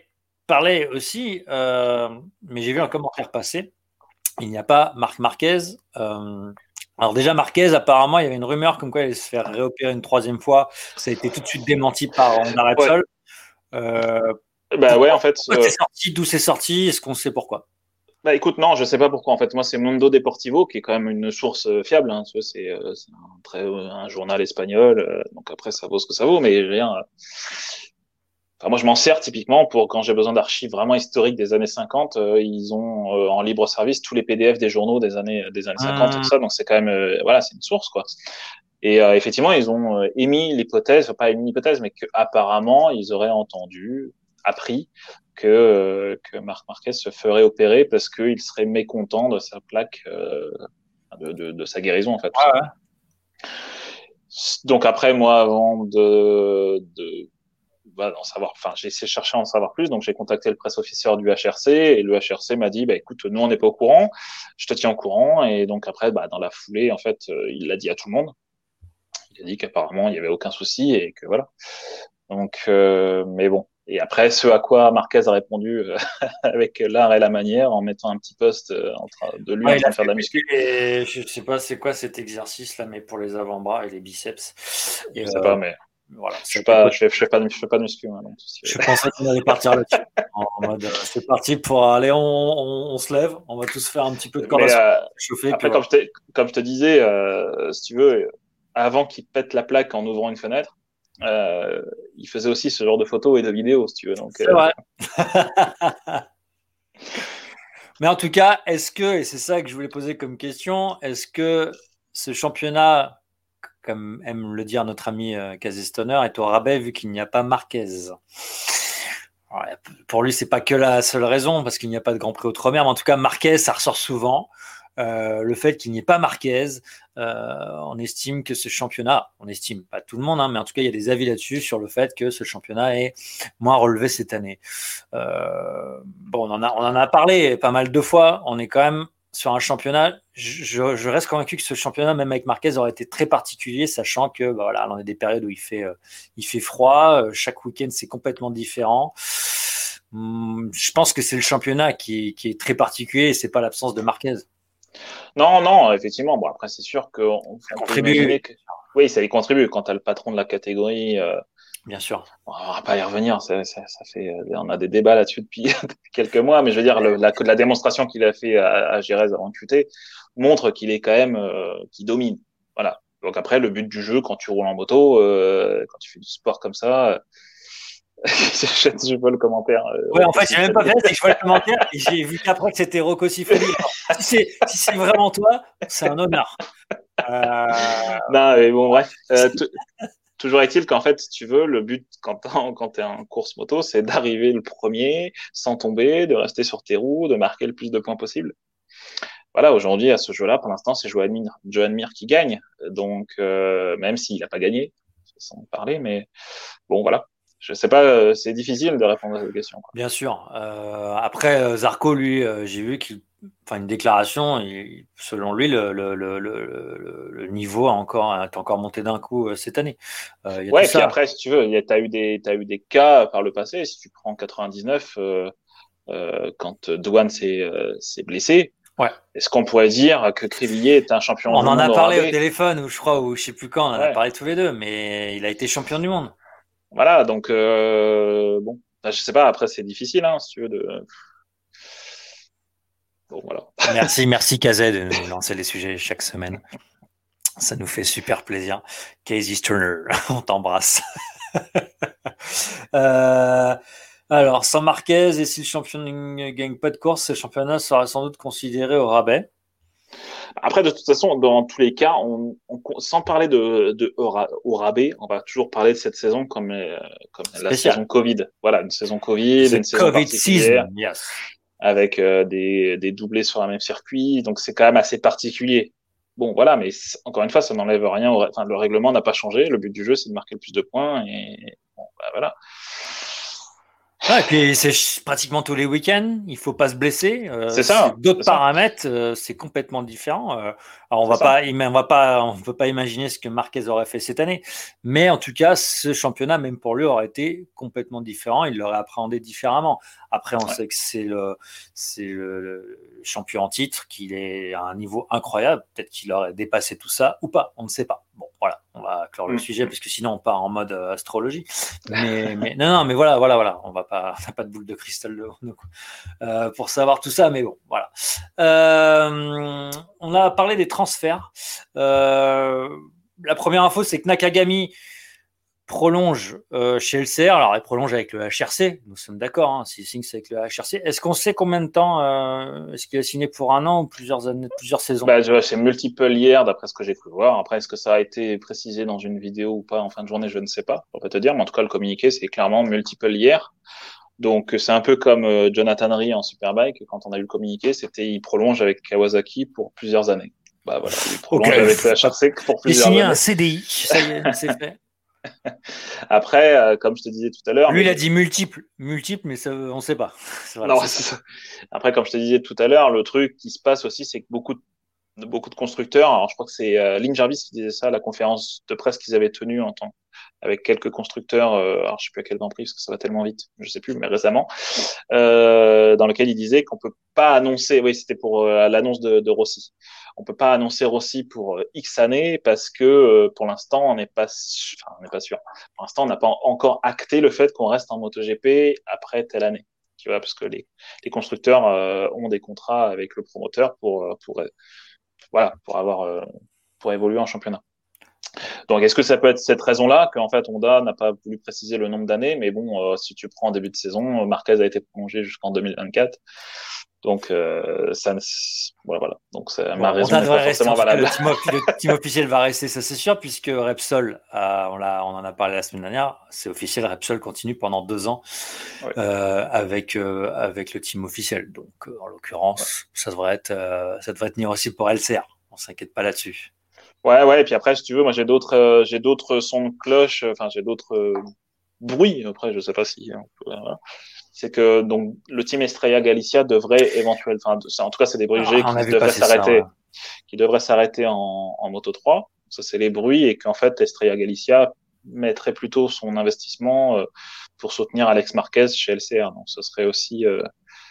parlais aussi, euh, mais j'ai vu un commentaire passer. Il n'y a pas Marc Marquez. Euh, alors déjà, Marquez, apparemment, il y avait une rumeur comme quoi il allait se faire réopérer une troisième fois. Ça a été tout de suite démenti par Honda Ouais. Repsol. Euh, Bah ouais, pourquoi, en fait. pourquoi Euh, c'est sorti? D'où c'est sorti? Est-ce qu'on sait pourquoi? Bah écoute, non, je sais pas pourquoi. En fait, moi, c'est Mundo Deportivo qui est quand même une source euh, fiable. Hein, tu vois, c'est euh, c'est un, très, euh, un journal espagnol. Euh, donc après, ça vaut ce que ça vaut, mais rien. euh, Enfin, moi, je m'en sers typiquement pour quand j'ai besoin d'archives vraiment historiques des années cinquante. Euh, ils ont euh, en libre service tous les P D F des journaux des années des années cinquante et tout Hum, ça. Donc c'est quand même euh, voilà, c'est une source quoi. Et euh, effectivement, ils ont euh, émis l'hypothèse, enfin, pas émis l'hypothèse, mais qu'apparemment, ils auraient entendu, appris que, euh, que Marc Marquez se ferait opérer parce qu'il serait mécontent de sa plaque, euh, de, de, de sa guérison, en fait, tout ouais, ouais. simplement. Donc après, moi, avant de, de bah, d'en savoir, enfin, j'ai essayé de chercher à en savoir plus, donc j'ai contacté le presse-officier du H R C, et le H R C m'a dit, bah, écoute, nous, on n'est pas au courant, je te tiens au courant, et donc après, bah, dans la foulée, en fait, euh, il l'a dit à tout le monde. Il a dit qu'apparemment, il n'y avait aucun souci, et que voilà. Donc, euh, mais bon. Et après, ce à quoi Marquez a répondu euh, avec l'art et la manière, en mettant un petit post euh, en train, de lui en Ouais, il train a de faire fait de la muscu. les- je sais pas c'est quoi cet exercice là, mais pour les avant-bras et les biceps. Et Je sais euh, pas, mais voilà, je ça a suis été pas, je posté. fais, je fais pas, de, je fais pas de muscu. Hein, donc, si- Je pensais qu'on allait partir là-dessus. En mode, euh, c'est parti pour aller, on, on- on se lève, on va tous faire un petit peu de corde à mais sauter, euh, chauffer, puis après, voilà. comme je te, comme je te disais, euh, si tu veux, avant qu'il pète la plaque en ouvrant une fenêtre, euh, il faisait aussi ce genre de photos et de vidéos, si tu veux. Donc, C'est euh, vrai. Mais en tout cas, est-ce que, et c'est ça que je voulais poser comme question, est-ce que ce championnat, comme aime le dire notre ami euh, Casey Stoner, est au rabais vu qu'il n'y a pas Marquez? Ouais, pour lui, c'est pas que la seule raison, parce qu'il n'y a pas de Grand Prix Outre-mer, mais en tout cas, Marquez, ça ressort souvent. Euh, le fait qu'il n'y ait pas Marquez, euh, on estime que ce championnat, on estime, pas tout le monde, hein, mais en tout cas, il y a des avis là-dessus sur le fait que ce championnat est moins relevé cette année. Euh, bon, on en a, on en a parlé pas mal de fois. On est quand même sur un championnat. Je, je reste convaincu que ce championnat, même avec Marquez, aurait été très particulier, sachant que bah, voilà, on a des périodes où il fait, euh, il fait froid. Euh, chaque week-end, c'est complètement différent. Hum, je pense que c'est le championnat qui est, qui est très particulier et c'est pas l'absence de Marquez. non, non, effectivement. Bon, après, c'est sûr qu'on Ça on peut contribue, imaginer que, oui, ça y contribue quand tu as le patron de la catégorie. Euh, bien sûr. on va pas y revenir, ça, ça, ça fait, euh, on a des débats là-dessus depuis, depuis quelques mois, mais je veux dire, le, la, la démonstration qu'il a fait à, à Jerez avant Q T montre qu'il est quand même, euh, qu'il domine. Voilà. Donc après, le but du jeu, quand tu roules en moto, euh, quand tu fais du sport comme ça, je, je vois le commentaire. Euh, Ouais, en Rocco fait, j'ai même pas Siffredi. fait, c'est que je vois le commentaire et j'ai vu qu'après que c'était Rocco Siffredi. Alors, si c'est si c'est vraiment toi, c'est un honneur. Euh, Non, mais bon, bref. Euh, t- toujours est-il qu'en fait, si tu veux, le but quand t'es en, quand t'es en course moto, c'est d'arriver le premier sans tomber, de rester sur tes roues, de marquer le plus de points possible. Voilà, aujourd'hui, à ce jeu-là, pour l'instant, c'est Joan Mir, Joan Mir qui gagne. Donc, euh, même s'il n'a pas gagné, sans en parler, mais bon, voilà. Je sais pas, euh, c'est difficile de répondre à cette question, quoi. Bien sûr. Euh, après, euh, Zarco, lui, euh, j'ai vu qu'il, enfin, une déclaration. Il- selon lui, le, le, le, le, le- le niveau a encore, a encore monté d'un coup euh, cette année. Euh, Il y a tout Ouais, et puis ça. après, si tu veux, tu as eu des, t'as eu des cas par le passé. Si tu prends quatre-vingt-dix-neuf, euh, euh, quand Douane s'est euh, s'est blessé, Ouais. est-ce qu'on pourrait dire que Crivillier est un champion On du en a monde au parlé au rabais? téléphone, ou je crois, ou je sais plus quand. On en a Ouais, parlé tous les deux, mais il a été champion du monde. voilà. Donc, euh, bon, bah, je sais pas. Après, c'est difficile, hein, si tu veux. De... Bon, voilà. Merci, merci Kazé de nous lancer les sujets chaque semaine. Ça nous fait super plaisir. Casey Turner, on t'embrasse. Euh, alors, sans Marquez, et si le champion ne gagne pas de course, ce championnat sera sans doute considéré au rabais. Après, de toute façon, dans tous les cas, on, on- sans parler de, de au ra- au rabais, on va toujours parler de cette saison comme, euh, comme la Spécial. saison Covid. Voilà, une saison Covid, The une saison COVID particulière, season, yes. avec euh, des, des doublés sur un même circuit. Donc, c'est quand même assez particulier. Bon, voilà, mais c- encore une fois, ça n'enlève rien. Au, rè- enfin, le règlement n'a pas changé. Le but du jeu, c'est de marquer le plus de points. Et bon, bah, voilà. Ouais, et puis c'est pratiquement tous les week-ends, il faut pas se blesser. Euh, C'est ça. D'autres C'est ça. paramètres, euh, c'est complètement différent. Euh, alors on C'est va ça. pas, on va pas, on peut pas imaginer ce que Marquez aurait fait cette année, mais en tout cas, ce championnat, même pour lui, aurait été complètement différent. Il l'aurait appréhendé différemment. Après, on Ouais. sait que c'est le, c'est le, le champion en titre, qu'il est à un niveau incroyable. Peut-être qu'il aurait dépassé tout ça ou pas. On ne sait pas. Bon, voilà, on va clore le Mm. sujet parce que sinon on part en mode euh, astrologie. Mais, mais non, non, mais voilà, voilà, voilà. On va pas, on n'a pas de boule de cristal devant nous euh, pour savoir tout ça, mais bon, voilà. Euh, on a parlé des transferts. Euh, la première info, c'est que Nakagami prolonge euh, chez L C R. Alors, il prolonge avec le H R C. Nous sommes d'accord. Hein, s'il signe, c'est avec le H R C. Est-ce qu'on sait combien de temps euh, est-ce qu'il a signé pour un an ou plusieurs années, plusieurs saisons? Bah, je vois, c'est multiple year d'après ce que j'ai pu voir. Après, est-ce que ça a été précisé dans une vidéo ou pas en fin de journée, je ne sais pas. Je peux pas te dire, mais en tout cas, le communiqué, c'est clairement multiple year. Donc, c'est un peu comme euh, Jonathan Rie en Superbike. Quand on a eu le communiqué, c'était il prolonge avec Kawasaki pour plusieurs années. Bah voilà, il Ok. prolonge avec le H R C pour Il plusieurs signé années. un C D I. Ça y est, c'est fait. Après, euh, comme je te disais tout à l'heure, Lui, il le... a dit multiple, multiple, mais ça, on ne sait pas. Voilà, non, c'est c'est ça. ça. Après, comme je te disais tout à l'heure, le truc qui se passe aussi, c'est que beaucoup de de beaucoup de constructeurs. Alors, je crois que c'est euh, Lynn Jarvis qui disait ça à la conférence de presse qu'ils avaient tenue en temps avec quelques constructeurs. Euh, alors, je sais plus à quel Grand Prix parce que ça va tellement vite, je sais plus, mais récemment, euh, dans lequel il disait qu'on peut pas annoncer. Oui, c'était pour euh, l'annonce de, de Rossi. On peut pas annoncer Rossi pour euh, X années parce que euh, pour l'instant, on n'est pas, su- enfin, on n'est pas sûr. Pour l'instant, on n'a pas encore acté le fait qu'on reste en MotoGP après telle année. Tu vois, parce que les, les constructeurs euh, ont des contrats avec le promoteur pour, euh, pour voilà, pour avoir, euh, pour évoluer en championnat. Donc, est-ce que ça peut être cette raison-là qu'en fait Honda n'a pas voulu préciser le nombre d'années, mais bon, euh, si tu prends en début de saison, Marquez a été prolongé jusqu'en deux mille vingt-quatre, donc euh, ça, voilà, voilà. Donc ça, ma Bon, raison Honda n'est pas devrait rester, en forcément tout cas, le valable. team, le team officiel va rester, ça c'est sûr, puisque Repsol, euh, on, l'a, on en a parlé la semaine dernière, c'est officiel, Repsol continue pendant deux ans Ouais, euh, avec, euh, avec le team officiel. Donc, euh, en ouais. l'occurrence, ça devrait être, euh, ça devrait tenir aussi pour L C R. On s'inquiète pas là-dessus. Ouais, ouais, et puis après, si tu veux, moi j'ai d'autres, euh, j'ai d'autres sons de cloche, euh, enfin j'ai d'autres euh, bruits. Après, je sais pas si, hein, on peut- voilà. C'est que donc le team Estrella Galicia devrait éventuellement, enfin, ça, en tout cas, c'est des bruits que j'ai Ah, on a qui vu devraient passer ça, ouais. s'arrêter, qui devrait s'arrêter en, en Moto trois. Ça, c'est les bruits et qu'en fait, Estrella Galicia mettrait plutôt son investissement euh, pour soutenir Alex Marquez chez L C R. Donc, ce serait aussi, euh,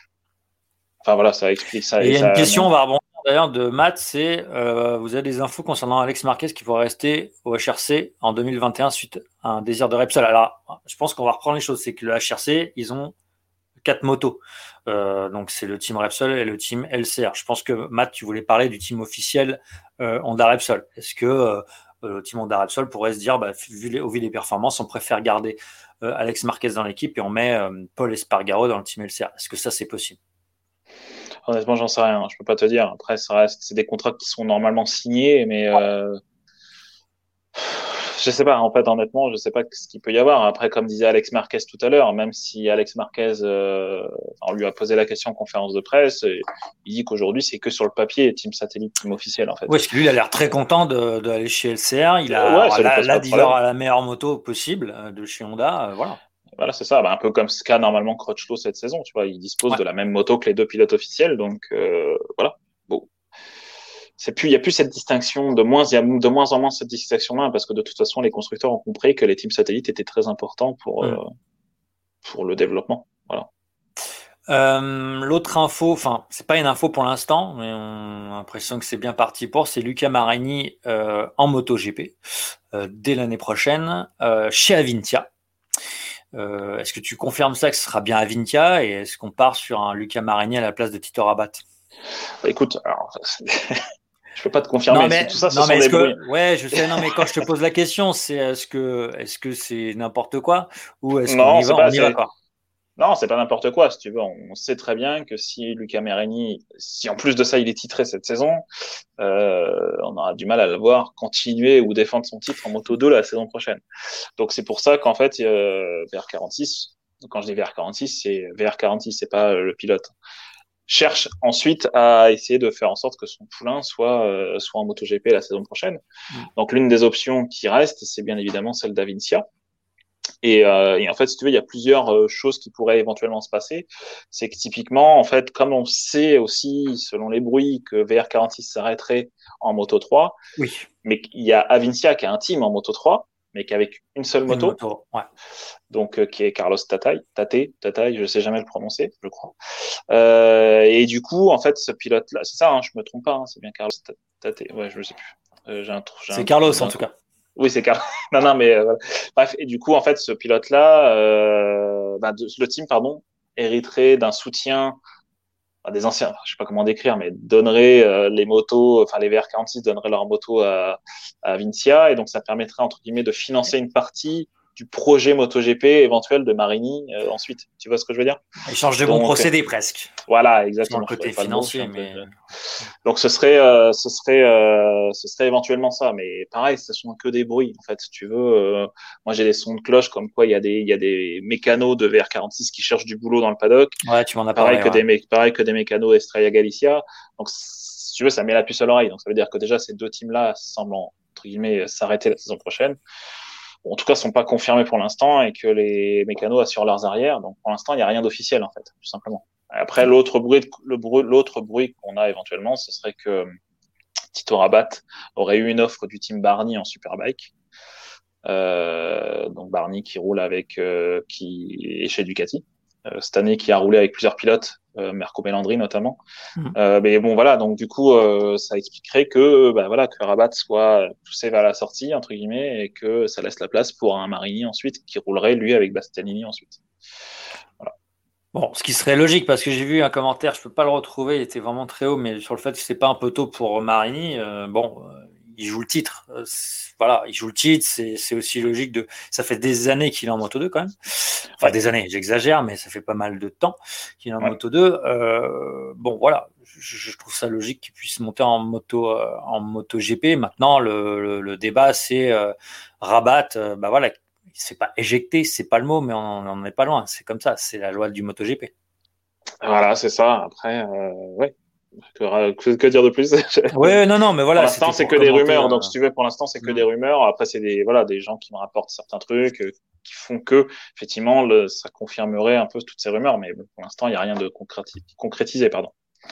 enfin voilà, ça explique ça Et et il y a une ça question, on montre. va rebondir d'ailleurs de Matt, c'est euh, vous avez des infos concernant Alex Marquez qui pourrait rester au H R C en deux mille vingt et un suite à un désir de Repsol. Alors, je pense qu'on va reprendre les choses, c'est que le H R C, ils ont quatre motos. Euh, donc c'est le team Repsol et le team L C R. Je pense que Matt, tu voulais parler du team officiel euh, Honda Repsol. Est-ce que euh, le team Honda Repsol pourrait se dire, bah, vu les, au vu des performances, on préfère garder euh, Alex Marquez dans l'équipe et on met euh, Paul Espargaro dans le team L C R? Est-ce que ça c'est possible? Honnêtement, j'en sais rien. Je peux pas te dire. Après, ça reste, c'est des contrats qui sont normalement signés, mais euh, je sais pas, en fait, honnêtement, je sais pas ce qu'il peut y avoir. Après, comme disait Alex Marquez tout à l'heure, même si Alex Marquez, euh, on lui a posé la question en conférence de presse, et il dit qu'aujourd'hui, c'est que sur le papier, team satellite, team officiel, en fait. Oui, parce que lui, il a l'air très content de, d'aller chez L C R. Il Euh, a ouais, alors ça lui là, pose là pas de d'y avoir problème. la meilleure moto possible euh, de chez Honda. Euh, voilà. Voilà, c'est ça. Bah, un peu comme ce qu'a normalement Crutchlow cette saison, tu vois. Il dispose Ouais. de la même moto que les deux pilotes officiels, donc euh, voilà. Bon, c'est plus, il y a plus cette distinction de moins, il y a de moins en moins cette distinction-là parce que de toute façon, les constructeurs ont compris que les teams satellites étaient très importants pour euh, Mm. pour le développement. Voilà. Euh, l'autre info, enfin, c'est pas une info pour l'instant, mais on a l'impression que c'est bien parti pour. C'est Luca Marini euh, en MotoGP euh, dès l'année prochaine euh, chez Avintia. Euh, est-ce que tu confirmes ça que ce sera bien Avintia et est-ce qu'on part sur un Luca Marini à la place de Tito Rabat? Bah, écoute, alors, je peux pas te Non confirmer. mais Tout ça, ce non mais sont est-ce des bruits. que ouais je sais non mais quand je te pose la question c'est est-ce que est-ce que c'est n'importe quoi ou est-ce qu'on Non, y c'est va pas, on y va c'est, quoi. non, c'est pas n'importe quoi, si tu veux. On sait très bien que si Luca Merini, si en plus de ça il est titré cette saison, euh, on aura du mal à le voir continuer ou défendre son titre en Moto deux la saison prochaine. Donc c'est pour ça qu'en fait, euh, V R quarante-six, quand je dis V R quarante-six, c'est V R quarante-six, c'est pas euh, le pilote. Cherche ensuite à essayer de faire en sorte que son poulain soit euh, soit en MotoGP la saison prochaine. Mm. Donc l'une des options qui reste, c'est bien évidemment celle d'Avincia. Et, euh, et en fait, si tu veux, il y a plusieurs euh, choses qui pourraient éventuellement se passer. C'est que typiquement, en fait, comme on sait aussi, selon les bruits, que V R quarante-six s'arrêterait en Moto trois, Oui, mais il y a Avincia qui a un team en Moto trois, mais qu'avec une seule une moto, moto. Ouais. donc euh, qui est Carlos Tatay, Tatay, Tatay, je sais jamais le prononcer, je crois. Euh, et du coup, en fait, ce pilote-là, c'est ça, hein, je me trompe pas, hein, c'est bien Carlos Tatay, ouais, je ne sais plus. Euh, j'ai un trou, j'ai C'est un trou Carlos en d'un tout coup. cas. Oui, c'est Carlos. Non, non, mais euh, voilà. Bref, et du coup, en fait, ce pilote-là, euh, bah, de, le team, pardon, hériterait d'un soutien à des anciens, enfin, je sais pas comment décrire, mais donnerait euh, les motos, enfin les V R quarante-six donneraient leurs motos à, à Vincia, et donc ça permettrait entre guillemets de financer une partie du projet MotoGP éventuel de Marini euh, ensuite. Tu vois ce que je veux dire? Il change de bon Donc procédé presque. voilà, Sur le exactement. Je côté trouvais pas le mot. Je suis financier, un peu. mais Donc ce serait, euh, ce serait, euh, ce serait éventuellement ça. Mais pareil, ce sont que des bruits. En fait, si tu veux, euh, moi j'ai des sons de cloche comme quoi il y a des, il y a des mécanos de V R quarante-six qui cherchent du boulot dans le paddock. ouais, tu m'en as Pareil parlé. que Ouais. des, mé- pareil que des mécanos Estrella Galicia. Donc si tu veux, ça met la puce à l'oreille. Donc ça veut dire que déjà ces deux teams-là semblent entre guillemets s'arrêter la saison prochaine. Bon, en tout cas, sont pas confirmés pour l'instant et que les mécanos assurent leurs arrières. Donc pour l'instant, il n'y a rien d'officiel en fait, tout simplement. Après, l'autre bruit, le bruit, l'autre bruit qu'on a éventuellement, ce serait que Tito Rabat aurait eu une offre du team Barney en Superbike. Euh, donc Barney qui roule avec, euh, qui est chez Ducati. Euh, cette année, qui a roulé avec plusieurs pilotes, euh, Marco Melandri notamment. Mhm. Euh, mais bon, voilà, donc du coup, euh, ça expliquerait que, bah, voilà, que Rabat soit poussé vers la sortie, entre guillemets, et que ça laisse la place pour un Marini ensuite, qui roulerait, lui, avec Bastianini ensuite. Voilà. Bon, ce qui serait logique, parce que j'ai vu un commentaire, je peux pas le retrouver, il était vraiment très haut, mais sur le fait que c'est pas un peu tôt pour Marini, euh, bon, euh, il joue le titre. Euh, c'est- voilà, il joue le titre, c'est c'est aussi logique de. Ça fait des années qu'il est en Moto deux quand même. Enfin, Ouais, des années, j'exagère, mais ça fait pas mal de temps qu'il est en ouais. Moto deux. Euh, bon, voilà, je, je trouve ça logique qu'il puisse monter en moto, euh, en moto G P. Maintenant, le, le, le débat, c'est euh, Rabat, euh, bah voilà, c'est pas éjecté, c'est pas le mot, mais on n'en est pas loin. C'est comme ça, c'est la loi du MotoGP. Voilà, c'est ça. Après, euh, ouais. Que, que, que dire de plus? Ouais, non, non, mais Pour voilà, l'instant, c'était c'est pour que des commenter. rumeurs. Euh, Donc, si tu veux, pour l'instant, c'est que hmm. des rumeurs. Après, c'est des, voilà, des gens qui me rapportent certains trucs euh, qui font que, effectivement, le, ça confirmerait un peu toutes ces rumeurs. Mais bon, pour l'instant, il n'y a rien de concréti- concrétisé, pardon.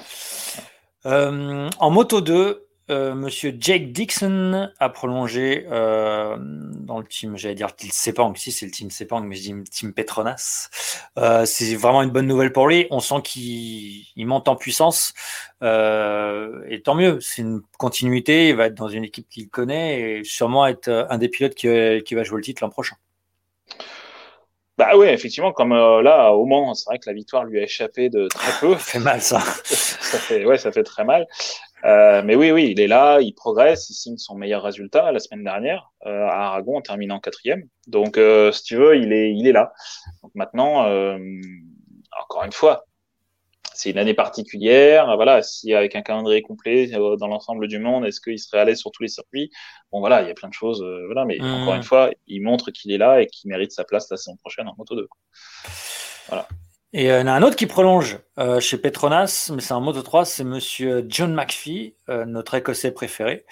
Euh, en moto deux, euh, monsieur Jake Dixon a prolongé euh, dans le team, j'allais dire le Sepang, si c'est le team Sepang, mais je dis team Petronas. Euh, c'est vraiment une bonne nouvelle pour lui. On sent qu'il il monte en puissance euh, et tant mieux. C'est une continuité. Il va être dans une équipe qu'il connaît et sûrement être un des pilotes qui, qui va jouer le titre l'an prochain. Bah oui, effectivement, comme euh, là, au Mans, c'est vrai que la victoire lui a échappé de très peu. Ça fait mal ça. Ça fait, ouais, ça fait très mal. Euh, mais oui, oui, il est là, il progresse, il signe son meilleur résultat la semaine dernière euh, à Aragon en terminant quatrième. Donc, euh, si tu veux, il est, il est là. Donc maintenant, euh, encore une fois, c'est une année particulière. Voilà, si avec un calendrier complet euh, dans l'ensemble du monde, est-ce qu'il serait allé sur tous les circuits? Bon, voilà, il y a plein de choses. Euh, voilà, mais encore une Hum. fois, il montre qu'il est là et qu'il mérite sa place la saison prochaine en Moto deux. Voilà. Et euh, il y en a un autre qui prolonge euh, chez Petronas, mais c'est en Moto trois, c'est monsieur John McPhee, euh, notre Écossais préféré.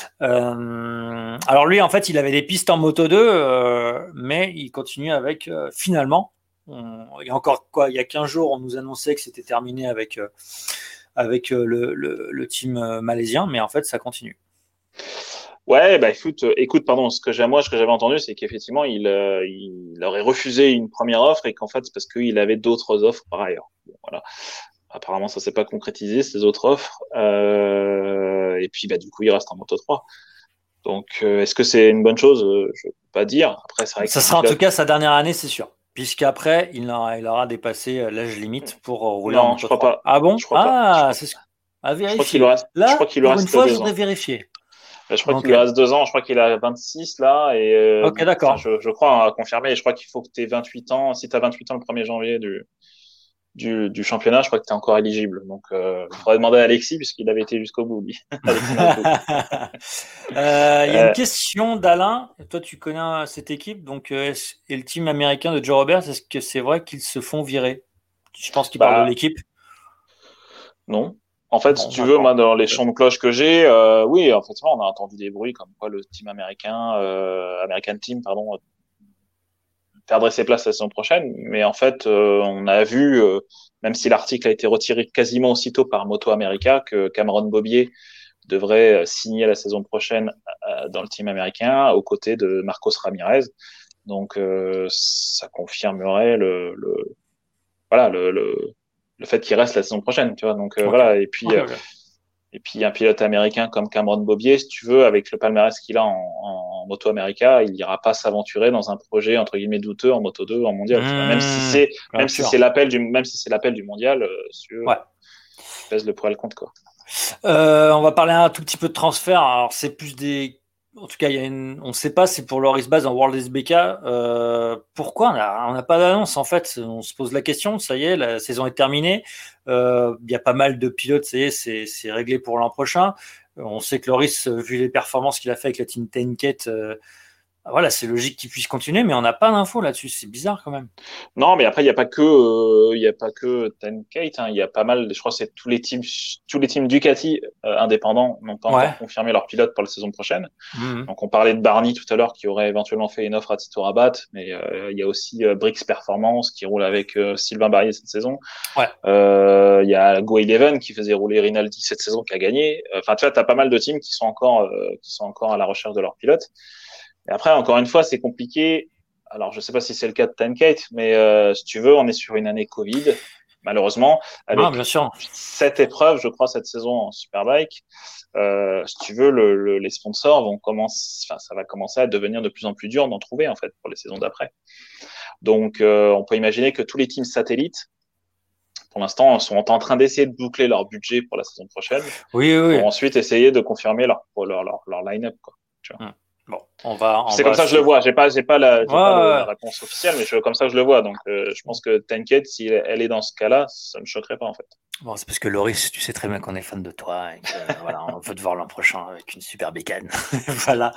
Euh, alors lui, en fait, il avait des pistes en Moto deux, euh, mais il continue avec, euh, finalement, on, il y a encore quoi, il y a quinze jours, on nous annonçait que c'était terminé avec, euh, avec euh, le, le, le team euh, malaisien, mais en fait, ça continue. Ouais, bah écoute, euh, écoute, pardon, ce que j'ai moi, ce que j'avais entendu, c'est qu'effectivement, il, euh, il aurait refusé une première offre et qu'en fait, c'est parce qu'il avait d'autres offres par ailleurs. Bon, voilà. Apparemment, ça s'est pas concrétisé ces autres offres. Euh, et puis, bah du coup, il reste en Moto trois. Donc, euh, est-ce que c'est une bonne chose? Euh, Je peux pas dire. Après, c'est vrai que Ça c'est un sera en tout pilote. cas sa dernière année, c'est sûr. Puisqu'après, il aura, il aura dépassé euh, l'âge limite pour euh, rouler en Non, je Moto crois trois. pas. Ah bon? Je crois pas. Je Ah, crois, c'est ce à je crois qu'il lui vérifier. reste. Je crois Là, qu'il lui pour une reste fois, je deux voudrais ans. vérifier. Je crois qu'il Ok, lui reste deux ans. Je crois qu'il a vingt-six là et euh, ok, enfin, d'accord. je, je crois à confirmer. Je crois qu'il faut que tu aies vingt-huit ans. Si tu as vingt-huit ans le premier janvier du du, du championnat, je crois que tu es encore éligible. Donc, euh, il faudrait demander à Alexis, puisqu'il avait été jusqu'au bout, lui. Alexis Malcoux. Euh, Il y a une Euh, question d'Alain. Toi, tu connais euh, cette équipe, donc euh, est-ce- et le team américain de Joe Roberts, est-ce que c'est vrai qu'ils se font virer? Je pense qu'il parle de bah, l'équipe. non. En fait, si Bon, tu veux, moi, d'accord. dans les chants de cloche que j'ai, euh, oui, effectivement, on a entendu des bruits comme quoi le team américain, euh, American Team, pardon, perdrait ses places la saison prochaine. Mais en fait, euh, on a vu, euh, même si l'article a été retiré quasiment aussitôt par Moto America, que Cameron Bobier devrait signer la saison prochaine euh, dans le team américain aux côtés de Marcos Ramirez. Donc, euh, ça confirmerait le, le voilà le, le, le fait qu'il reste la saison prochaine, tu vois. Donc euh, okay. voilà. Et puis okay, okay. Et puis un pilote américain comme Cameron Bobier, si tu veux, avec le palmarès qu'il a en, en, en Moto America, il n'ira pas s'aventurer dans un projet entre guillemets douteux en Moto deux en mondial. Mmh, même si c'est même sûr. si c'est l'appel du même si c'est l'appel du mondial, euh, si tu veux, ouais. pèse le pour et le contre quoi. Euh, on va parler un tout petit peu de transfert. Alors c'est plus des En tout cas, il y a une... on ne sait pas, c'est pour Loris Baz en World S B K. Euh, pourquoi on n'a pas d'annonce en fait? On se pose la question, ça y est, la saison est terminée. Euh, il y a pas mal de pilotes, ça y est, c'est, c'est réglé pour l'an prochain. On sait que Loris, vu les performances qu'il a fait avec la Team Tenket, euh, voilà, c'est logique qu'il puisse continuer, mais on n'a pas d'infos là-dessus. C'est bizarre quand même. Non, mais après, il n'y a pas que, euh, il y a pas que Tenket. Hein. Il y a pas mal, je crois, que c'est tous les teams, tous les teams Ducati euh, indépendants n'ont pas ouais. encore confirmé leur pilote pour la saison prochaine. Mmh. Donc, on parlait de Barney tout à l'heure qui aurait éventuellement fait une offre à Tito Rabat, mais euh, il y a aussi euh, Brix Performance qui roule avec euh, Sylvain Barrier cette saison. Ouais. Euh, il y a Go Eleven qui faisait rouler Rinaldi cette saison qui a gagné. Enfin, tu vois, t'as pas mal de teams qui sont encore, euh, qui sont encore à la recherche de leur pilote. Et après, encore une fois, c'est compliqué. Alors, je sais pas si c'est le cas de Tenket, mais euh, si tu veux, on est sur une année Covid, malheureusement, avec ah, bien sûr. sept épreuves, je crois, cette saison en Superbike. Euh, si tu veux, le, le, les sponsors vont commencer, enfin, ça va commencer à devenir de plus en plus dur d'en trouver en fait pour les saisons d'après. Donc, euh, on peut imaginer que tous les teams satellites, pour l'instant, sont en train d'essayer de boucler leur budget pour la saison prochaine, oui, oui, pour oui. ensuite essayer de confirmer leur leur leur, leur line-up, quoi. Tu vois. Hum. Bon, on va. On c'est va comme ça que je le vois. J'ai pas, j'ai pas la, j'ai ouais, pas le, ouais. la réponse officielle, mais je, comme ça que je le vois. Donc, euh, je pense que Tenket, si elle est dans ce cas-là, ça me choquerait pas en fait. Bon, c'est parce que Loris, tu sais très bien qu'on est fan de toi et que euh, voilà, on veut te voir l'an prochain avec une super bécane. Voilà.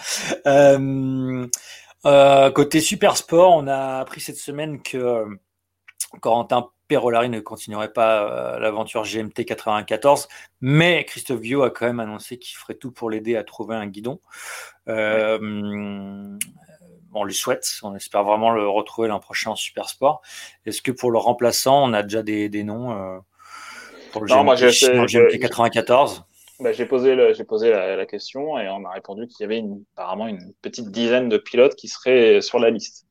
Euh, euh, côté super sport, on a appris cette semaine que euh, Corentin Perolari ne continuerait pas euh, l'aventure G M T quatre-vingt-quatorze, mais Christophe Guillot a quand même annoncé qu'il ferait tout pour l'aider à trouver un guidon. Euh, ouais. On lui souhaite, on espère vraiment le retrouver l'an prochain en super sport. Est-ce que pour le remplaçant, on a déjà des, des noms euh, pour le non, G M T, moi, G M T quatre-vingt-quatorze? Bah, j'ai posé, le, j'ai posé la, la question et on m'a répondu qu'il y avait une, apparemment une petite dizaine de pilotes qui seraient sur la liste.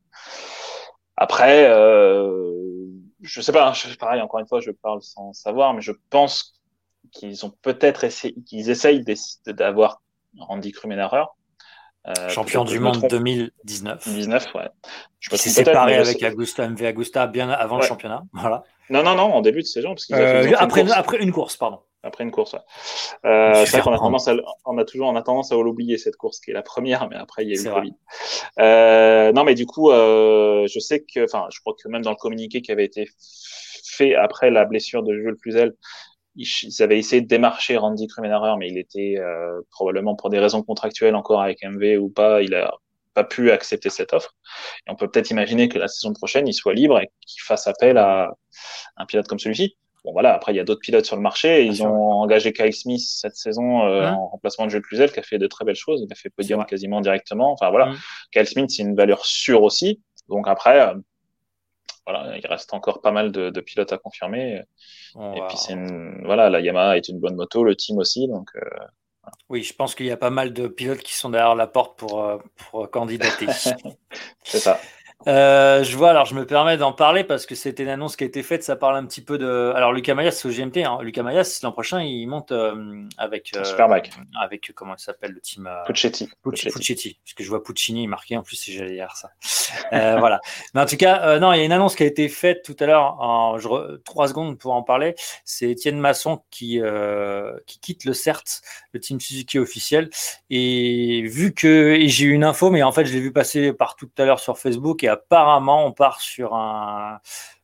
Après, euh, je sais pas, je, pareil, encore une fois, je parle sans savoir, mais je pense qu'ils ont peut-être essayé, qu'ils essayent d'avoir Randy Krummenacher. Euh, Champion du monde deux mille dix-neuf. dix-neuf, ouais. Je me suis séparé avec Augusta, M V Augusta bien avant ouais. le championnat. Voilà. Non, non, non, en début de saison, parce qu'ils euh, a après, une après une course, pardon. Après une course, ouais. Euh, c'est vrai qu'on a tendance à, on a toujours, on a tendance à l'oublier cette course qui est la première, mais après il y a eu le Covid. Euh, non, mais du coup, euh, je sais que, enfin, je crois que même dans le communiqué qui avait été fait après la blessure de Jules Cluzel, ils avaient essayé de démarcher Randy Krummenacher, mais il était euh, probablement pour des raisons contractuelles encore avec M V ou pas, il a pas pu accepter cette offre. Et on peut peut-être imaginer que la saison prochaine, il soit libre et qu'il fasse appel à un pilote comme celui-ci. Bon voilà, après il y a d'autres pilotes sur le marché. Ils Bien ont sûr. engagé Kyle Smith cette saison euh, mmh. en remplacement de Jules Cluzel, qui a fait de très belles choses. Il a fait podium quasiment directement. Enfin voilà, mmh. Kyle Smith c'est une valeur sûre aussi. Donc après. Euh, Voilà, il reste encore pas mal de, de pilotes à confirmer. Oh, et wow. puis c'est une, voilà, la Yamaha est une bonne moto, le team aussi, donc. Euh, voilà. Oui, je pense qu'il y a pas mal de pilotes qui sont derrière la porte pour pour candidater. C'est ça. Euh, je vois, alors je me permets d'en parler parce que c'était une annonce qui a été faite, ça parle un petit peu de... Alors Lucas Mayas, c'est au G M T, hein. Lucas Mayas, l'an prochain, il monte euh, avec... Euh, Superbike. Avec, comment il s'appelle, le team... Euh, Puccetti. Puccetti. Puccetti, parce que je vois Puccini marqué, en plus, c'est j'allais dire ça. euh, voilà. Mais en tout cas, euh, non, il y a une annonce qui a été faite tout à l'heure, en je re... trois secondes pour en parler, c'est Étienne Masson qui, euh, qui quitte le C E R T, le team Suzuki officiel, et vu que... Et j'ai eu une info, mais en fait, je l'ai vu passer par tout à l'heure sur Facebook, et apparemment, on part sur un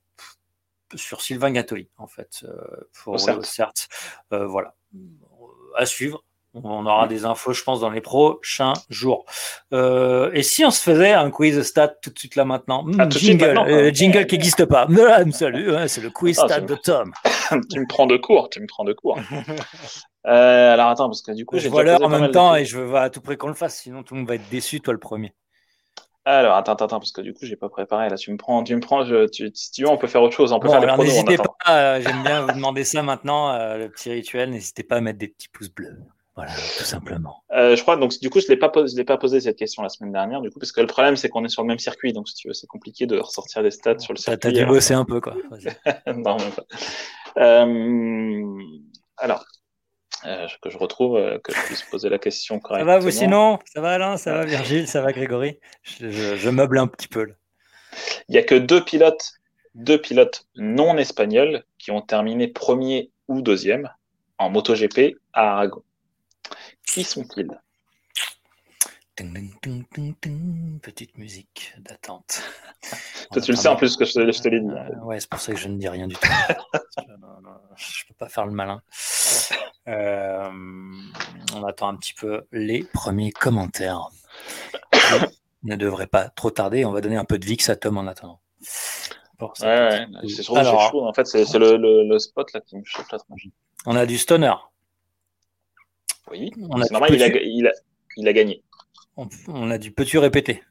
sur Sylvain Gattoli, en fait, euh, pour le C E R T. Euh, voilà, à suivre. On aura des infos, je pense, dans les prochains jours. Euh, et si on se faisait un quiz stat tout de suite là maintenant, ah, mmh, tout jingle, maintenant, euh, jingle qui n'existe pas. Salut, hein, c'est le quiz ah, stat de Tom. Tu me prends de court, tu me prends de court. euh, alors attends, parce que du coup, je vois l'heure en même temps de... et je veux à tout près qu'on le fasse, sinon tout le monde va être déçu, toi le premier. Alors, attends, attends, attends, parce que du coup, j'ai pas préparé. Là, tu me prends, tu me prends. Je, tu, si tu veux, on peut faire autre chose. On peut Bon, faire les alors pronos en n'hésitez attendant. pas, euh, j'aime bien vous demander ça maintenant, euh, le petit rituel, n'hésitez pas à mettre des petits pouces bleus. Voilà, tout simplement. Euh, je crois donc du coup je l'ai pas posé, je l'ai pas posé cette question la semaine dernière du coup parce que le problème c'est qu'on est sur le même circuit donc si tu veux c'est compliqué de ressortir des stats sur le T'as, t'as circuit dû alors bosser un peu, quoi. Vas-y. que non même pas. Euh, alors euh, que je retrouve euh, que je puisse poser la question Ça va vous correctement. sinon? Ça va Alain? Ça Ouais. va Virgile? Ça va Grégory? je, je, je meuble un petit peu là. Il y a que deux pilotes deux pilotes non espagnols qui ont terminé premier ou deuxième en MotoGP à Aragon. Qui sont-ils? Tung, tung, tung, tung, petite musique d'attente. En Toi tu le sais en attendant. plus que je te, je te l'ai dit. Hein. Euh, ouais, c'est pour ça que je ne dis rien du tout. Je ne peux pas faire le malin. Euh, on attend un petit peu les premiers commentaires. Qui ne devrait pas trop tarder. On va donner un peu de V I X à Tom en attendant. Pour Ouais, sa petite... ouais. C'est surtout c'est Alors, chaud en fait c'est, c'est le, le, le spot là qui me chauffe la tronche. on a du stoner. Oui, On a c'est du normal, il a, peux-tu, il a, il a gagné. on, on a du peux-tu répéter.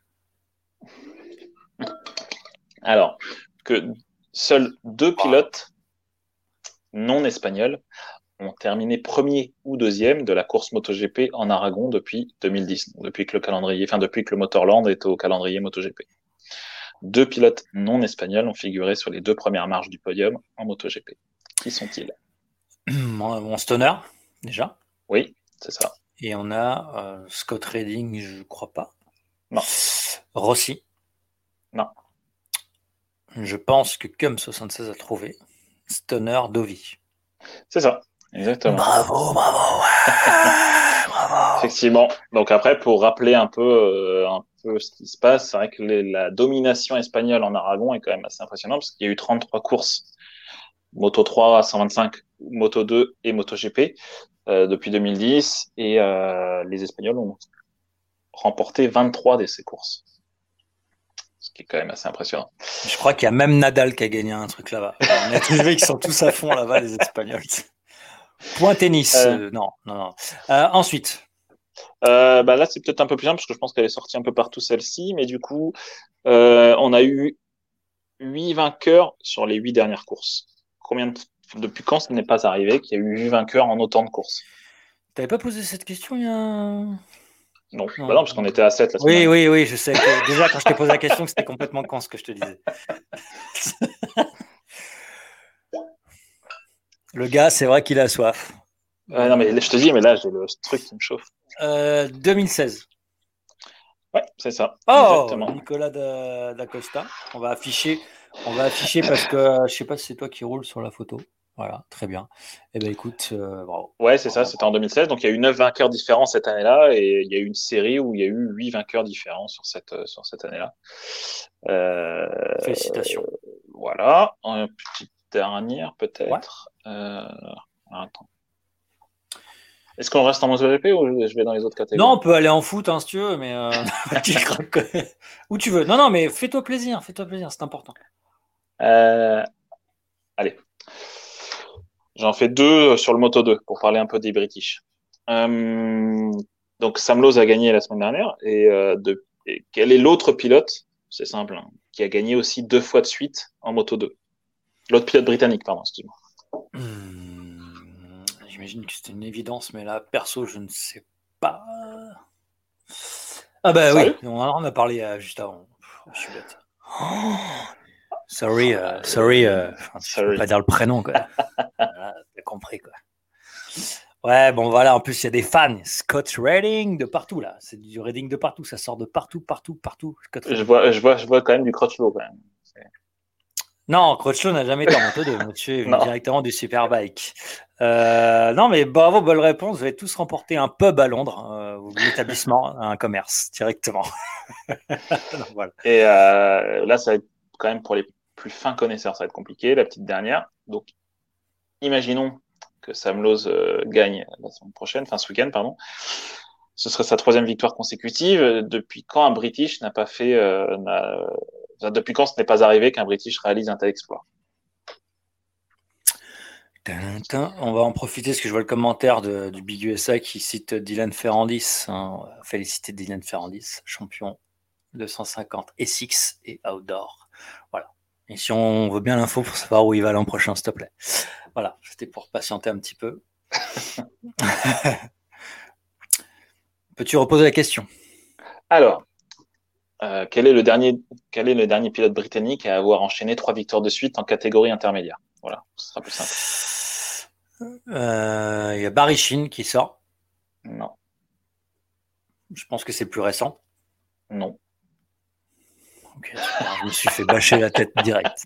Alors, que seuls deux pilotes non espagnols ont terminé premier ou deuxième de la course MotoGP en Aragon depuis deux mille dix, depuis que le calendrier, enfin depuis que le Motorland est au calendrier MotoGP. Deux pilotes non espagnols ont figuré sur les deux premières marches du podium en MotoGP. Qui sont-ils? Mon stoner, déjà. Oui, c'est ça. Et on a euh, Scott Redding, je crois pas. Non, Rossi. non, Je pense que Cum soixante-seize a trouvé. Stoner Dovi. c'est ça. Exactement. Bravo, bravo, ouais, bravo. Effectivement. Donc après, pour rappeler un peu, euh, un peu ce qui se passe, c'est vrai que les- la domination espagnole en Aragon est quand même assez impressionnante parce qu'il y a eu trente-trois courses, Moto trois à cent vingt-cinq, Moto deux et MotoGP euh, depuis deux mille dix et euh, les Espagnols ont remporté vingt-trois de ces courses, ce qui est quand même assez impressionnant. Je crois qu'il y a même Nadal qui a gagné un truc là-bas. On a trouvé qu'ils sont tous à fond là-bas, les Espagnols. Point tennis. Euh, Euh, non, non, non. Euh, ensuite, euh, bah là, c'est peut-être un peu plus simple parce que je pense qu'elle est sortie un peu partout celle-ci, mais du coup, euh, on a eu huit vainqueurs sur les huit dernières courses. Combien de... Depuis quand ce n'est pas arrivé qu'il y a eu huit vainqueurs en autant de courses? t'avais pas posé cette question il y a... Non, bah non, Non. parce qu'on était à sept la semaine Oui, dernière. oui, oui, je sais que déjà quand je t'ai posé la question, que c'était complètement con ce que je te disais. Le gars, c'est vrai qu'il a soif. Euh, non, mais je te dis, mais là, j'ai le truc qui me chauffe. Euh, deux mille seize. Ouais, c'est ça, Oh, exactement. Nicolas da, da Costa. On va afficher, on va afficher parce que euh, je sais pas si c'est toi qui roule sur la photo. Voilà, très bien. Eh ben écoute, euh, bravo. Ouais, c'est ça, Bravo, c'était en bravo. deux mille seize. Donc, il y a eu neuf vainqueurs différents cette année-là et il y a eu une série où il y a eu huit vainqueurs différents sur cette, euh, sur cette année-là. Euh, Félicitations. voilà. Une petite dernière, Ouais. peut-être. Euh, attends. Est-ce qu'on reste en MotoGP ou je vais dans les autres Non, catégories? on peut aller en foot hein, si tu veux, mais euh, où tu veux. Non, non, mais fais-toi plaisir, fais-toi plaisir, c'est important. Euh, allez. J'en fais deux sur le Moto deux pour parler un peu des British. Euh, donc Sam Lowe a gagné la semaine dernière et, euh, de, et quel est l'autre pilote? C'est simple, hein, qui a gagné aussi deux fois de suite en Moto deux. L'autre pilote britannique, pardon, excuse-moi. Hmm, j'imagine que c'était une évidence, mais là, perso, je ne sais pas. Ah bah oui, Sérieux? on en a parlé euh, juste avant. Oh, je suis bête. Oh, sorry, Oh euh, là, sorry, euh, enfin, je peux pas sorry. dire le prénom, quoi. Voilà, t'as compris, quoi. Ouais, bon voilà, en plus il y a des fans. Scott Redding de partout là. C'est du Redding de partout, ça sort de partout, partout, partout. Scott Je Redding. vois, je vois, je vois quand même du crotch-low quand même. Non, Crutchlow n'a jamais été en moto deux. Monsieur est venu Non. directement du Superbike. Euh, non, mais bravo, bonne réponse. Vous avez tous remporté un pub à Londres, euh, ou l'établissement, un commerce directement. Non, voilà. Et euh, là, ça va être quand même pour les plus fins connaisseurs, ça va être compliqué. La petite dernière. Donc, imaginons que Sam Lowe euh, gagne la semaine prochaine, enfin ce week-end, pardon. Ce serait sa troisième victoire consécutive. Depuis quand un British n'a pas fait, euh, n'a, enfin, depuis quand ce n'est pas arrivé qu'un British réalise un tel exploit? Tintin. On va en profiter parce que je vois le commentaire de, du Big U S A qui cite Dylan Ferrandis. Hein. On va féliciter Dylan Ferrandis, champion deux cent cinquante S X et Outdoor. Voilà. Et si on veut bien l'info pour savoir où il va l'an prochain, s'il te plaît. Voilà, c'était pour patienter un petit peu. Peux-tu reposer la question? Alors, euh, quel est le dernier, quel est le dernier pilote britannique à avoir enchaîné trois victoires de suite en catégorie intermédiaire? Voilà, ce sera plus simple. Euh, Il y a Barry Sheene qui sort. Non. Je pense que c'est plus récent. Non. Ok, super, je me suis fait bâcher la tête direct.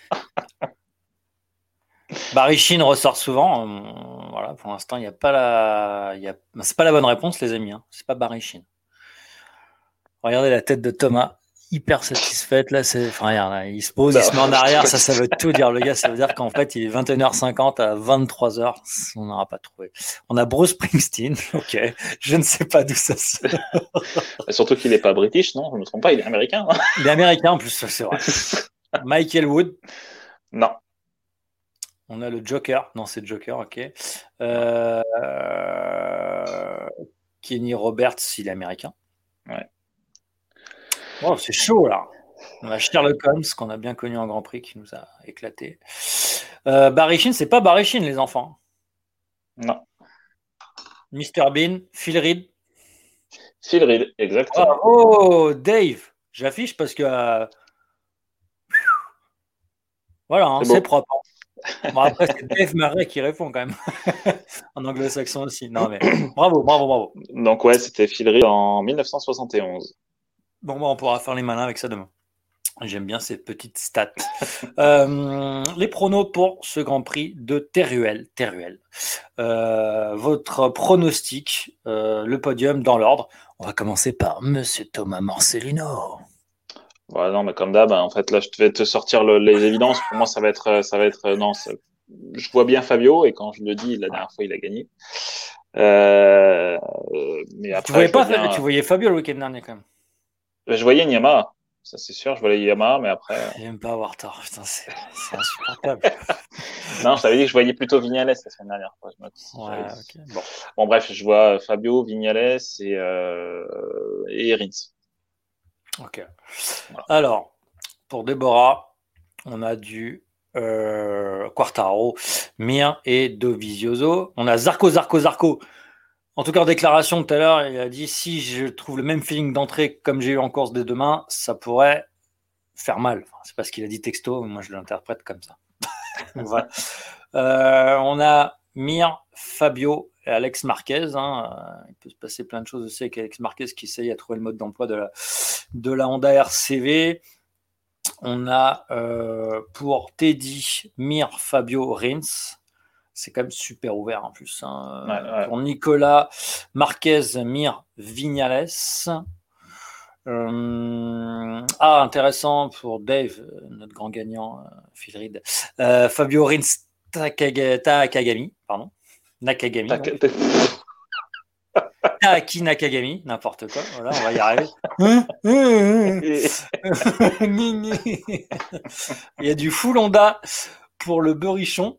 Barry Sheene ressort souvent. Euh, voilà, pour l'instant, il n'y a pas la, il y a, c'est pas la bonne réponse, les amis. Hein. C'est pas Barry Sheene. Regardez la tête de Thomas, hyper satisfaite là. C'est, enfin, regarde, là, il se pose, non, il se met en arrière. Ça, ça veut tout dire, le gars. Ça veut dire qu'en fait, il est vingt et une heures cinquante à vingt-trois heures. On n'aura pas trouvé. On a Bruce Springsteen. Ok, je ne sais pas d'où ça sort. Surtout qu'il n'est pas british, non? Je ne me trompe pas, il est américain. Hein. Il est américain en plus, c'est vrai. Michael Wood. Non. On a le Joker. Non, c'est Joker, ok. Euh, euh, Kenny Roberts, il est américain. Ouais. Oh, c'est chaud, là. On a Sherlock Holmes, qu'on a bien connu en Grand Prix, qui nous a éclaté. Euh, Barry Sheene, c'est pas Barry Sheene, les enfants. Non. mister Bean, Phil Reed. Phil Reed, exactement. Oh, oh Dave. J'affiche parce que... Euh... Voilà, hein, c'est, c'est propre. Bon, après, c'est Dave Murray qui répond quand même. En anglo-saxon aussi. Non, mais bravo, bravo, bravo. Donc, ouais, c'était Phil Reed en mille neuf cent soixante et onze. Bon, bon, on pourra faire les malins avec ça demain. J'aime bien ces petites stats. euh, les pronos pour ce Grand Prix de Teruel. Teruel. Euh, votre pronostic, euh, le podium dans l'ordre. On va commencer par Monsieur Thomas Morcellino. Ouais, non, mais comme d'hab, en fait, là, je vais te sortir le, les évidences. Pour moi, ça va être, ça va être, non, ça, je vois bien Fabio, et quand je le dis, la dernière fois, il a gagné. Euh, mais après, tu voyais pas, bien... tu voyais Fabio le week-end dernier quand même. Je voyais Yamaha, ça c'est sûr, je voyais Yamaha, mais après. J'aime pas avoir tort, putain, c'est, c'est insupportable. Non, je t'avais dit que je voyais plutôt Vignales la semaine dernière. Quoi. Je me... Ouais, okay. bon. bon, bref, je vois Fabio, Vignales et, euh, et Rins. Ok. Voilà. Alors, pour Déborah, on a du euh, Quartaro, Mir et Dovizioso. On a Zarco, Zarco, Zarco. En tout cas, en déclaration tout à l'heure, il a dit si je trouve le même feeling d'entrée comme j'ai eu en course des deux mains, ça pourrait faire mal. Enfin, c'est pas ce qu'il a dit texto, mais moi je l'interprète comme ça. Voilà. euh, on a Mir, Fabio et Alex Marquez. Hein. Il peut se passer plein de choses aussi avec Alex Marquez qui essaye à trouver le mode d'emploi de la, de la Honda R C V. On a euh, pour Teddy, Mir, Fabio, Rins. C'est quand même super ouvert en plus. Hein. Ouais, ouais. Pour Nicolas, Marquez, Mir, Vignales. Euh, ah, intéressant pour Dave, notre grand gagnant, euh, Phil Reed. Euh, Fabio Rins, Takagami, Takagami, pardon. Nakagami. Taka- Taaki Nakagami, n'importe quoi. Voilà, on va y arriver. Il y a du full Honda pour le Beurrichon.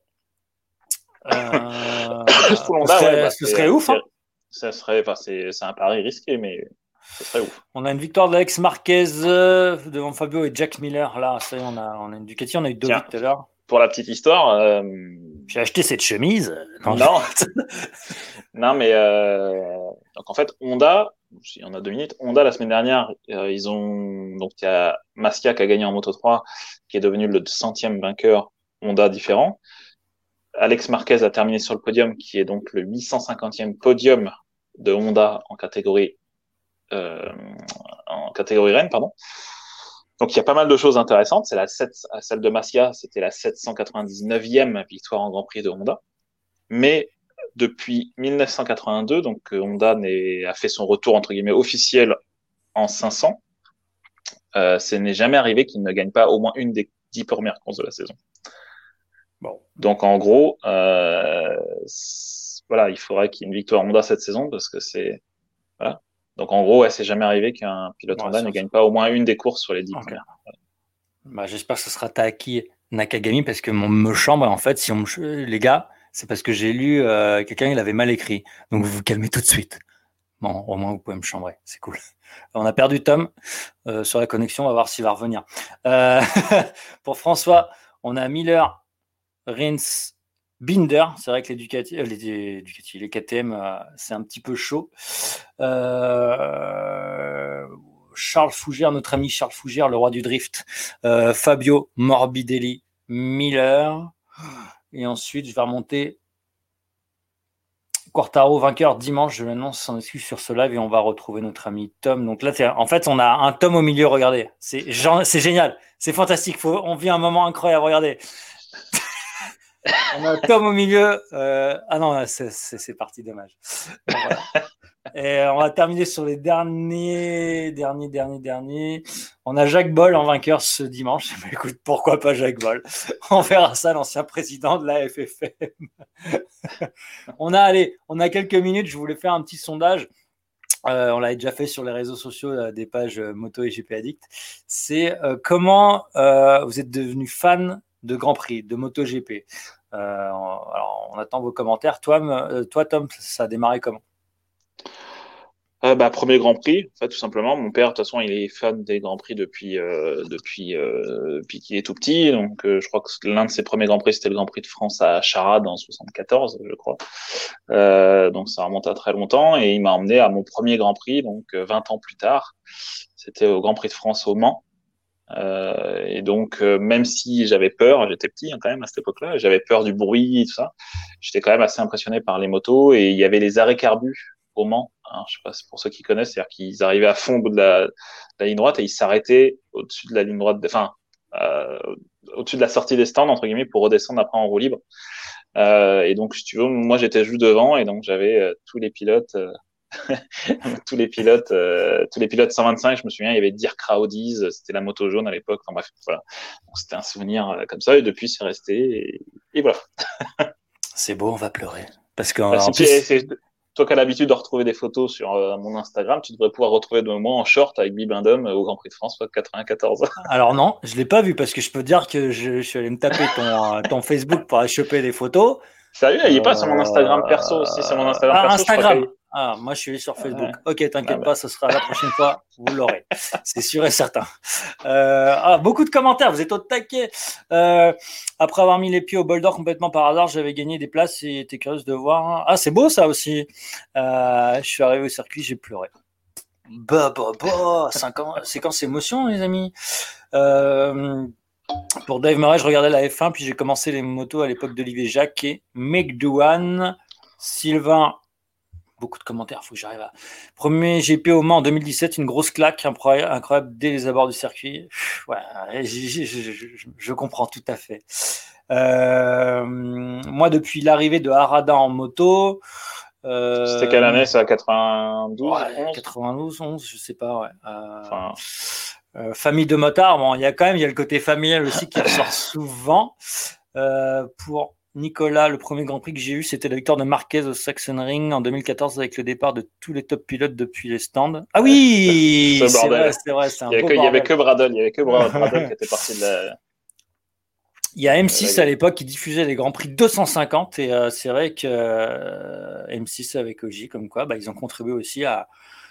Euh, Honda, ce serait, ouais, bah, ce serait ouf. Hein. Ça serait, enfin, c'est, c'est un pari risqué, mais ce serait ouf. On a une victoire d'Alex Marquez euh, devant Fabio et Jack Miller. Là, ça y est, on a, on a une Ducati, on a eu deux tout à l'heure. Pour la petite histoire, euh... j'ai acheté cette chemise. Non, non, non mais euh... donc en fait, Honda, si on a deux minutes, Honda la semaine dernière, euh, ils ont donc il y a Maskia qui a gagné en Moto trois, qui est devenu le centième vainqueur Honda différent. Alex Marquez a terminé sur le podium, qui est donc le huit cent cinquantième podium de Honda en catégorie euh, en catégorie Rennes, pardon. Donc il y a pas mal de choses intéressantes. C'est la sept, celle de Massia, c'était la sept cent quatre-vingt-dix-neuvième victoire en Grand Prix de Honda. Mais depuis mille neuf cent quatre-vingt-deux, donc Honda a fait son retour entre guillemets officiel en cinq cents. Euh, ce n'est jamais arrivé qu'il ne gagne pas au moins une des dix premières courses de la saison. Bon, donc en gros, euh, voilà, il faudrait qu'il y ait une victoire Honda cette saison parce que c'est voilà. Donc en gros, ouais, c'est jamais arrivé qu'un pilote ouais, Honda ne gagne pas au moins une des courses sur les dix okay. premières. Voilà. Bah, j'espère que ce sera Taaki Nakagami parce que mon me chambre en fait, si on me... les gars, c'est parce que j'ai lu euh, quelqu'un il avait mal écrit. Donc vous vous calmez tout de suite. Bon, au moins, vous pouvez me chambrer. C'est cool. On a perdu Tom euh, sur la connexion. On va voir s'il va revenir. Euh, pour François, on a Miller, Rins, Binder. C'est vrai que les Ducati, euh, les, Ducati, les K T M, euh, c'est un petit peu chaud. Euh, Charles Fougère, notre ami Charles Fougère, le roi du drift. Euh, Fabio Morbidelli, Miller. Et ensuite, je vais remonter. Quartaro vainqueur dimanche, je l'annonce sans excuse sur ce live et on va retrouver notre ami Tom. Donc là, c'est, en fait, on a un Tom au milieu, regardez. C'est, c'est génial, c'est fantastique. Faut, on vit un moment incroyable, regardez. On a Tom au milieu. Euh, ah non, c'est, c'est, c'est parti, dommage. Bon, voilà. Et on va terminer sur les derniers, derniers, derniers, derniers. On a Jacques Boll en vainqueur ce dimanche. Mais écoute, pourquoi pas Jacques Boll? On verra ça, l'ancien président de la F F M. on a, allez, on a quelques minutes. Je voulais faire un petit sondage. Euh, on l'avait déjà fait sur les réseaux sociaux euh, des pages euh, Moto et G P Addict. C'est euh, comment euh, vous êtes devenu fan de Grand Prix, de MotoGP. Euh, alors, on attend vos commentaires. Toi, euh, toi, Tom, ça a démarré comment? Euh, bah, premier Grand Prix, en fait, tout simplement. Mon père, de toute façon, il est fan des Grands Prix depuis euh, depuis euh, depuis qu'il est tout petit. Donc, euh, je crois que l'un de ses premiers Grands Prix, c'était le Grand Prix de France à Charade en soixante-quatorze, je crois. Euh, donc, ça remonte à très longtemps. Et il m'a emmené à mon premier Grand Prix, donc euh, vingt ans plus tard. C'était au Grand Prix de France au Mans. Euh, et donc, euh, même si j'avais peur, j'étais petit hein, quand même à cette époque-là, j'avais peur du bruit et tout ça, j'étais quand même assez impressionné par les motos. Et il y avait les arrêts carbus au Mans. Hein, je sais pas, c'est pour ceux qui connaissent, c'est-à-dire qu'ils arrivaient à fond de la, de la ligne droite et ils s'arrêtaient au-dessus de la ligne droite, enfin, euh, au-dessus de la sortie des stands, entre guillemets, pour redescendre après en roue libre. Euh, et donc, si tu veux, moi, j'étais juste devant et donc j'avais euh, tous les pilotes euh, tous les pilotes, euh, tous les pilotes cent vingt-cinq, je me souviens, il y avait Dirk Rowdies, c'était la moto jaune à l'époque. Enfin bref, voilà. Donc, c'était un souvenir euh, comme ça et depuis c'est resté et, et voilà. C'est beau, on va pleurer. Parce que Bah, en si tu, plus, c'est, toi qui as l'habitude de retrouver des photos sur euh, mon Instagram, tu devrais pouvoir retrouver de moi en short avec Bibendum au Grand Prix de France quatre-vingt-quatorze. alors non, je l'ai pas vu parce que je peux te dire que je, je suis allé me taper ton, ton Facebook pour aller choper des photos. Sérieux, il est pas sur mon Instagram perso Euh, aussi, c'est mon Instagram ah, perso, je crois qu'il Instagram. est. Ah, moi, je suis allé sur Ouais. Facebook. Ok, Ah t'inquiète bah. pas, ce sera la prochaine fois, vous l'aurez. C'est sûr et certain. Euh, ah, beaucoup de commentaires, vous êtes au taquet. Euh, après avoir mis les pieds au bol d'or complètement par hasard, j'avais gagné des places et t'es curieuse de voir. Ah, c'est beau ça aussi. Euh, je suis arrivé au circuit, j'ai pleuré. Bah, bah, bah, cinq ans, séquence émotion, les amis. Euh, pour Dave Murray, je regardais la F un, puis j'ai commencé les motos à l'époque d'Olivier Jacquet, McDouane, Sylvain. Beaucoup de commentaires, faut que j'arrive à. Premier G P au Mans en deux mille dix-sept, une grosse claque incroyable, incroyable dès les abords du circuit. Ouais, je, je, je, je comprends tout à fait. Euh, moi, depuis l'arrivée de Harada en moto. Euh, C'était quelle année ça? quatre-vingt-douze, ouais, onze? quatre-vingt-douze, onze, je sais pas. Ouais. Euh, Enfin, euh, famille de motards, bon, il y a quand même il y a le côté familial aussi qui ressort souvent. Euh, pour Nicolas, le premier Grand Prix que j'ai eu, c'était la victoire de Marquez au Sachsenring en deux mille quatorze avec le départ de tous les top pilotes depuis les stands. Ah oui, ce c'est bordel. vrai, c'est vrai, c'est un Il y avait beau que, il y avait bordel. que Bradle, il y avait que Bradle qui était parti de la. Il y a M six à Euh, l'époque qui diffusait les Grands Prix deux cent cinquante et euh, c'est vrai que euh, M six avec Oji, comme quoi, bah, ils ont contribué aussi à,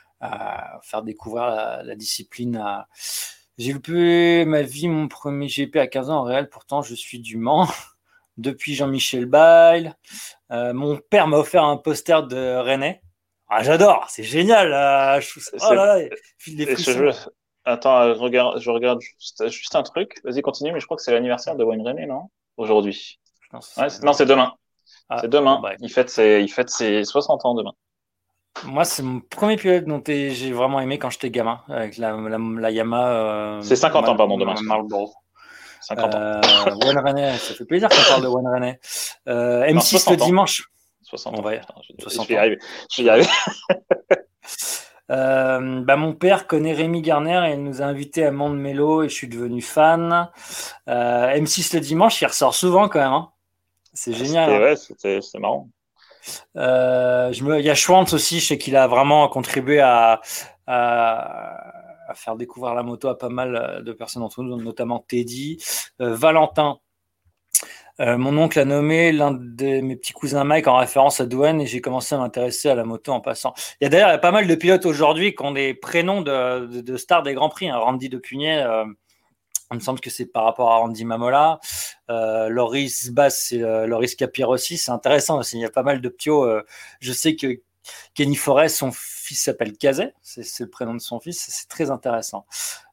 à faire découvrir la, la discipline. À... J'ai loupé ma vie, mon premier G P à quinze ans en réel, pourtant je suis du Mans. Depuis Jean-Michel Bayle. Euh, mon père m'a offert un poster de René. Ah, j'adore, c'est génial. Euh, je trouve ça... Oh là là, il file des frissons. Je... Attends, je regarde, je regarde juste, juste un truc. Vas-y, continue, mais je crois que c'est l'anniversaire de Wayne René, non? Aujourd'hui. Non, Ouais, c'est... non, c'est demain. ah, c'est demain. Bon, bah, il, fête ses... il fête ses soixante ans demain. moi, c'est mon premier pilote dont j'ai vraiment aimé quand j'étais gamin, avec la, la, la Yamaha. Euh, c'est cinquante Mal... ans, pardon, demain. Marlboro. cinquante euh, ans. Wayne René, ça fait plaisir qu'on parle de Wayne René. Euh, M six non, le dimanche. soixante On ans. va... Putain, je... soixante je vais y arriver. Je vais y arriver. Euh, bah mon père connaît Rémi Garner et il nous a invités à Monde Mélo et je suis devenu fan. Euh, M six le dimanche, il ressort souvent quand même. Hein. C'est génial. C'était, hein. ouais, c'était, c'était marrant. Euh, je me, il y a Schwantz aussi, je sais qu'il a vraiment contribué à, à, à faire découvrir la moto à pas mal de personnes d'entre nous, notamment Teddy, euh, Valentin. Euh, mon oncle a nommé l'un de mes petits cousins Mike en référence à Douane et j'ai commencé à m'intéresser à la moto en passant. Il y a d'ailleurs il y a pas mal de pilotes aujourd'hui qui ont des prénoms de, de, de stars des Grands Prix. Hein. Randy Depugnet, euh, il me semble que c'est par rapport à Randy Mamola. Euh, Loris Bass, c'est euh, Loris Capirossi. C'est intéressant aussi. Il y a pas mal de ptios. Euh, je sais que Kenny Forest, son fils s'appelle Kazet. C'est, c'est le prénom de son fils. C'est très intéressant.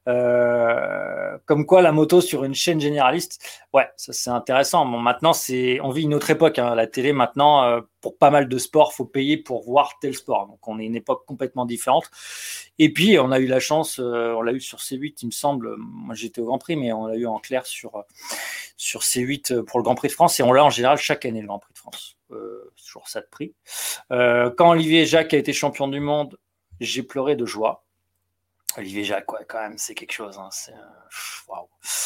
Euh, comme quoi la moto sur une chaîne généraliste, ouais, ça c'est intéressant. Bon, maintenant, c'est, on vit une autre époque. Hein. La télé, maintenant, euh, pour pas mal de sports, faut payer pour voir tel sport. Donc, on est une époque complètement différente. Et puis, on a eu la chance, euh, on l'a eu sur C huit, il me semble. Moi, j'étais au Grand Prix, mais on l'a eu en clair sur sur C huit pour le Grand Prix de France. Et on l'a en général chaque année le Grand Prix de France. Euh, c'est toujours ça de prix. Euh, quand Olivier Jacques a été champion du monde, j'ai pleuré de joie. Olivier Jacques, ouais, quand même, c'est quelque chose. Hein, c'est, waouh.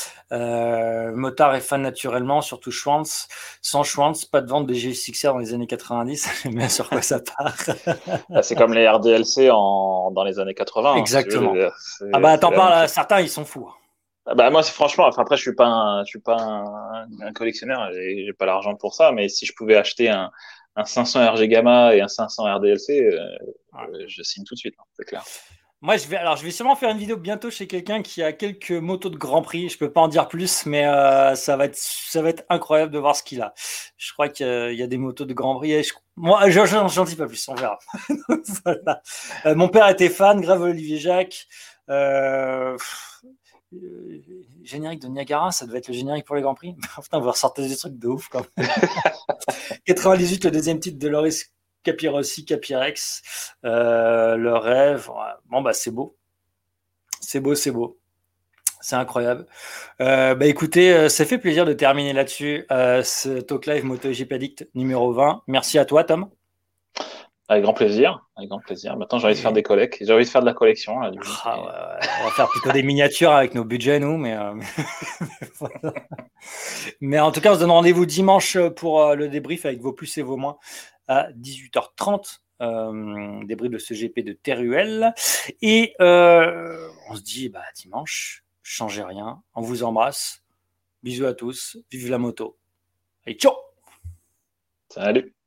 Euh, Motard est fan naturellement, surtout Schwantz. Sans Schwantz, pas de vente des G S X R dans les années quatre-vingt-dix. J'aime bien sur quoi ça part. C'est comme les R D L C en, dans les années quatre-vingts. Hein, si tu veux, Exactement. c'est, Ah bah, c'est t'en la même parles à chose. certains, ils sont fous. Ah bah moi, c'est franchement, enfin après, je suis pas un, je suis pas un, un collectionneur, j'ai, j'ai pas l'argent pour ça, mais si je pouvais acheter un, un cinq cents R G Gamma et un cinq cents R D L C, euh, Ouais. euh, je signe tout de suite, hein, c'est clair. Moi, je vais, alors, je vais sûrement faire une vidéo bientôt chez quelqu'un qui a quelques motos de Grand Prix. Je peux pas en dire plus, mais euh, ça va être, ça va être incroyable de voir ce qu'il a. Je crois qu'il y a, il y a des motos de Grand Prix. Et je- moi, je- je- j'en dis pas plus, on verra. Voilà. Euh, mon père était fan, grave Olivier Jacques. Euh, pff, euh, générique de Niagara, ça devait être le générique pour les Grands Prix. Putain, vous ressortez des trucs de ouf quand même. quatre-vingt-dix-huit, le deuxième titre de Loris Capirossi, Capirex. Euh, le rêve. Ouais. Bon, bah, c'est beau. C'est beau, c'est beau. C'est incroyable. Euh, bah écoutez, euh, ça fait plaisir de terminer là-dessus euh, ce Talk Live MotoGP Addict numéro vingt. Merci à toi, Tom. Avec grand plaisir, avec grand plaisir. Maintenant, j'ai envie de faire des Et... collectes, j'ai envie de faire de la collection, là, du coup, Ah, c'est, ouais, ouais. On va faire plutôt des miniatures avec nos budgets, nous. Mais, euh, voilà. Mais en tout cas, on se donne rendez-vous dimanche pour euh, le débrief avec vos plus et vos moins à dix-huit heures trente. Euh, débrief de ce G P de Teruel. Et euh, on se dit bah, dimanche, changez rien. On vous embrasse. Bisous à tous. Vive la moto. Allez, ciao! salut.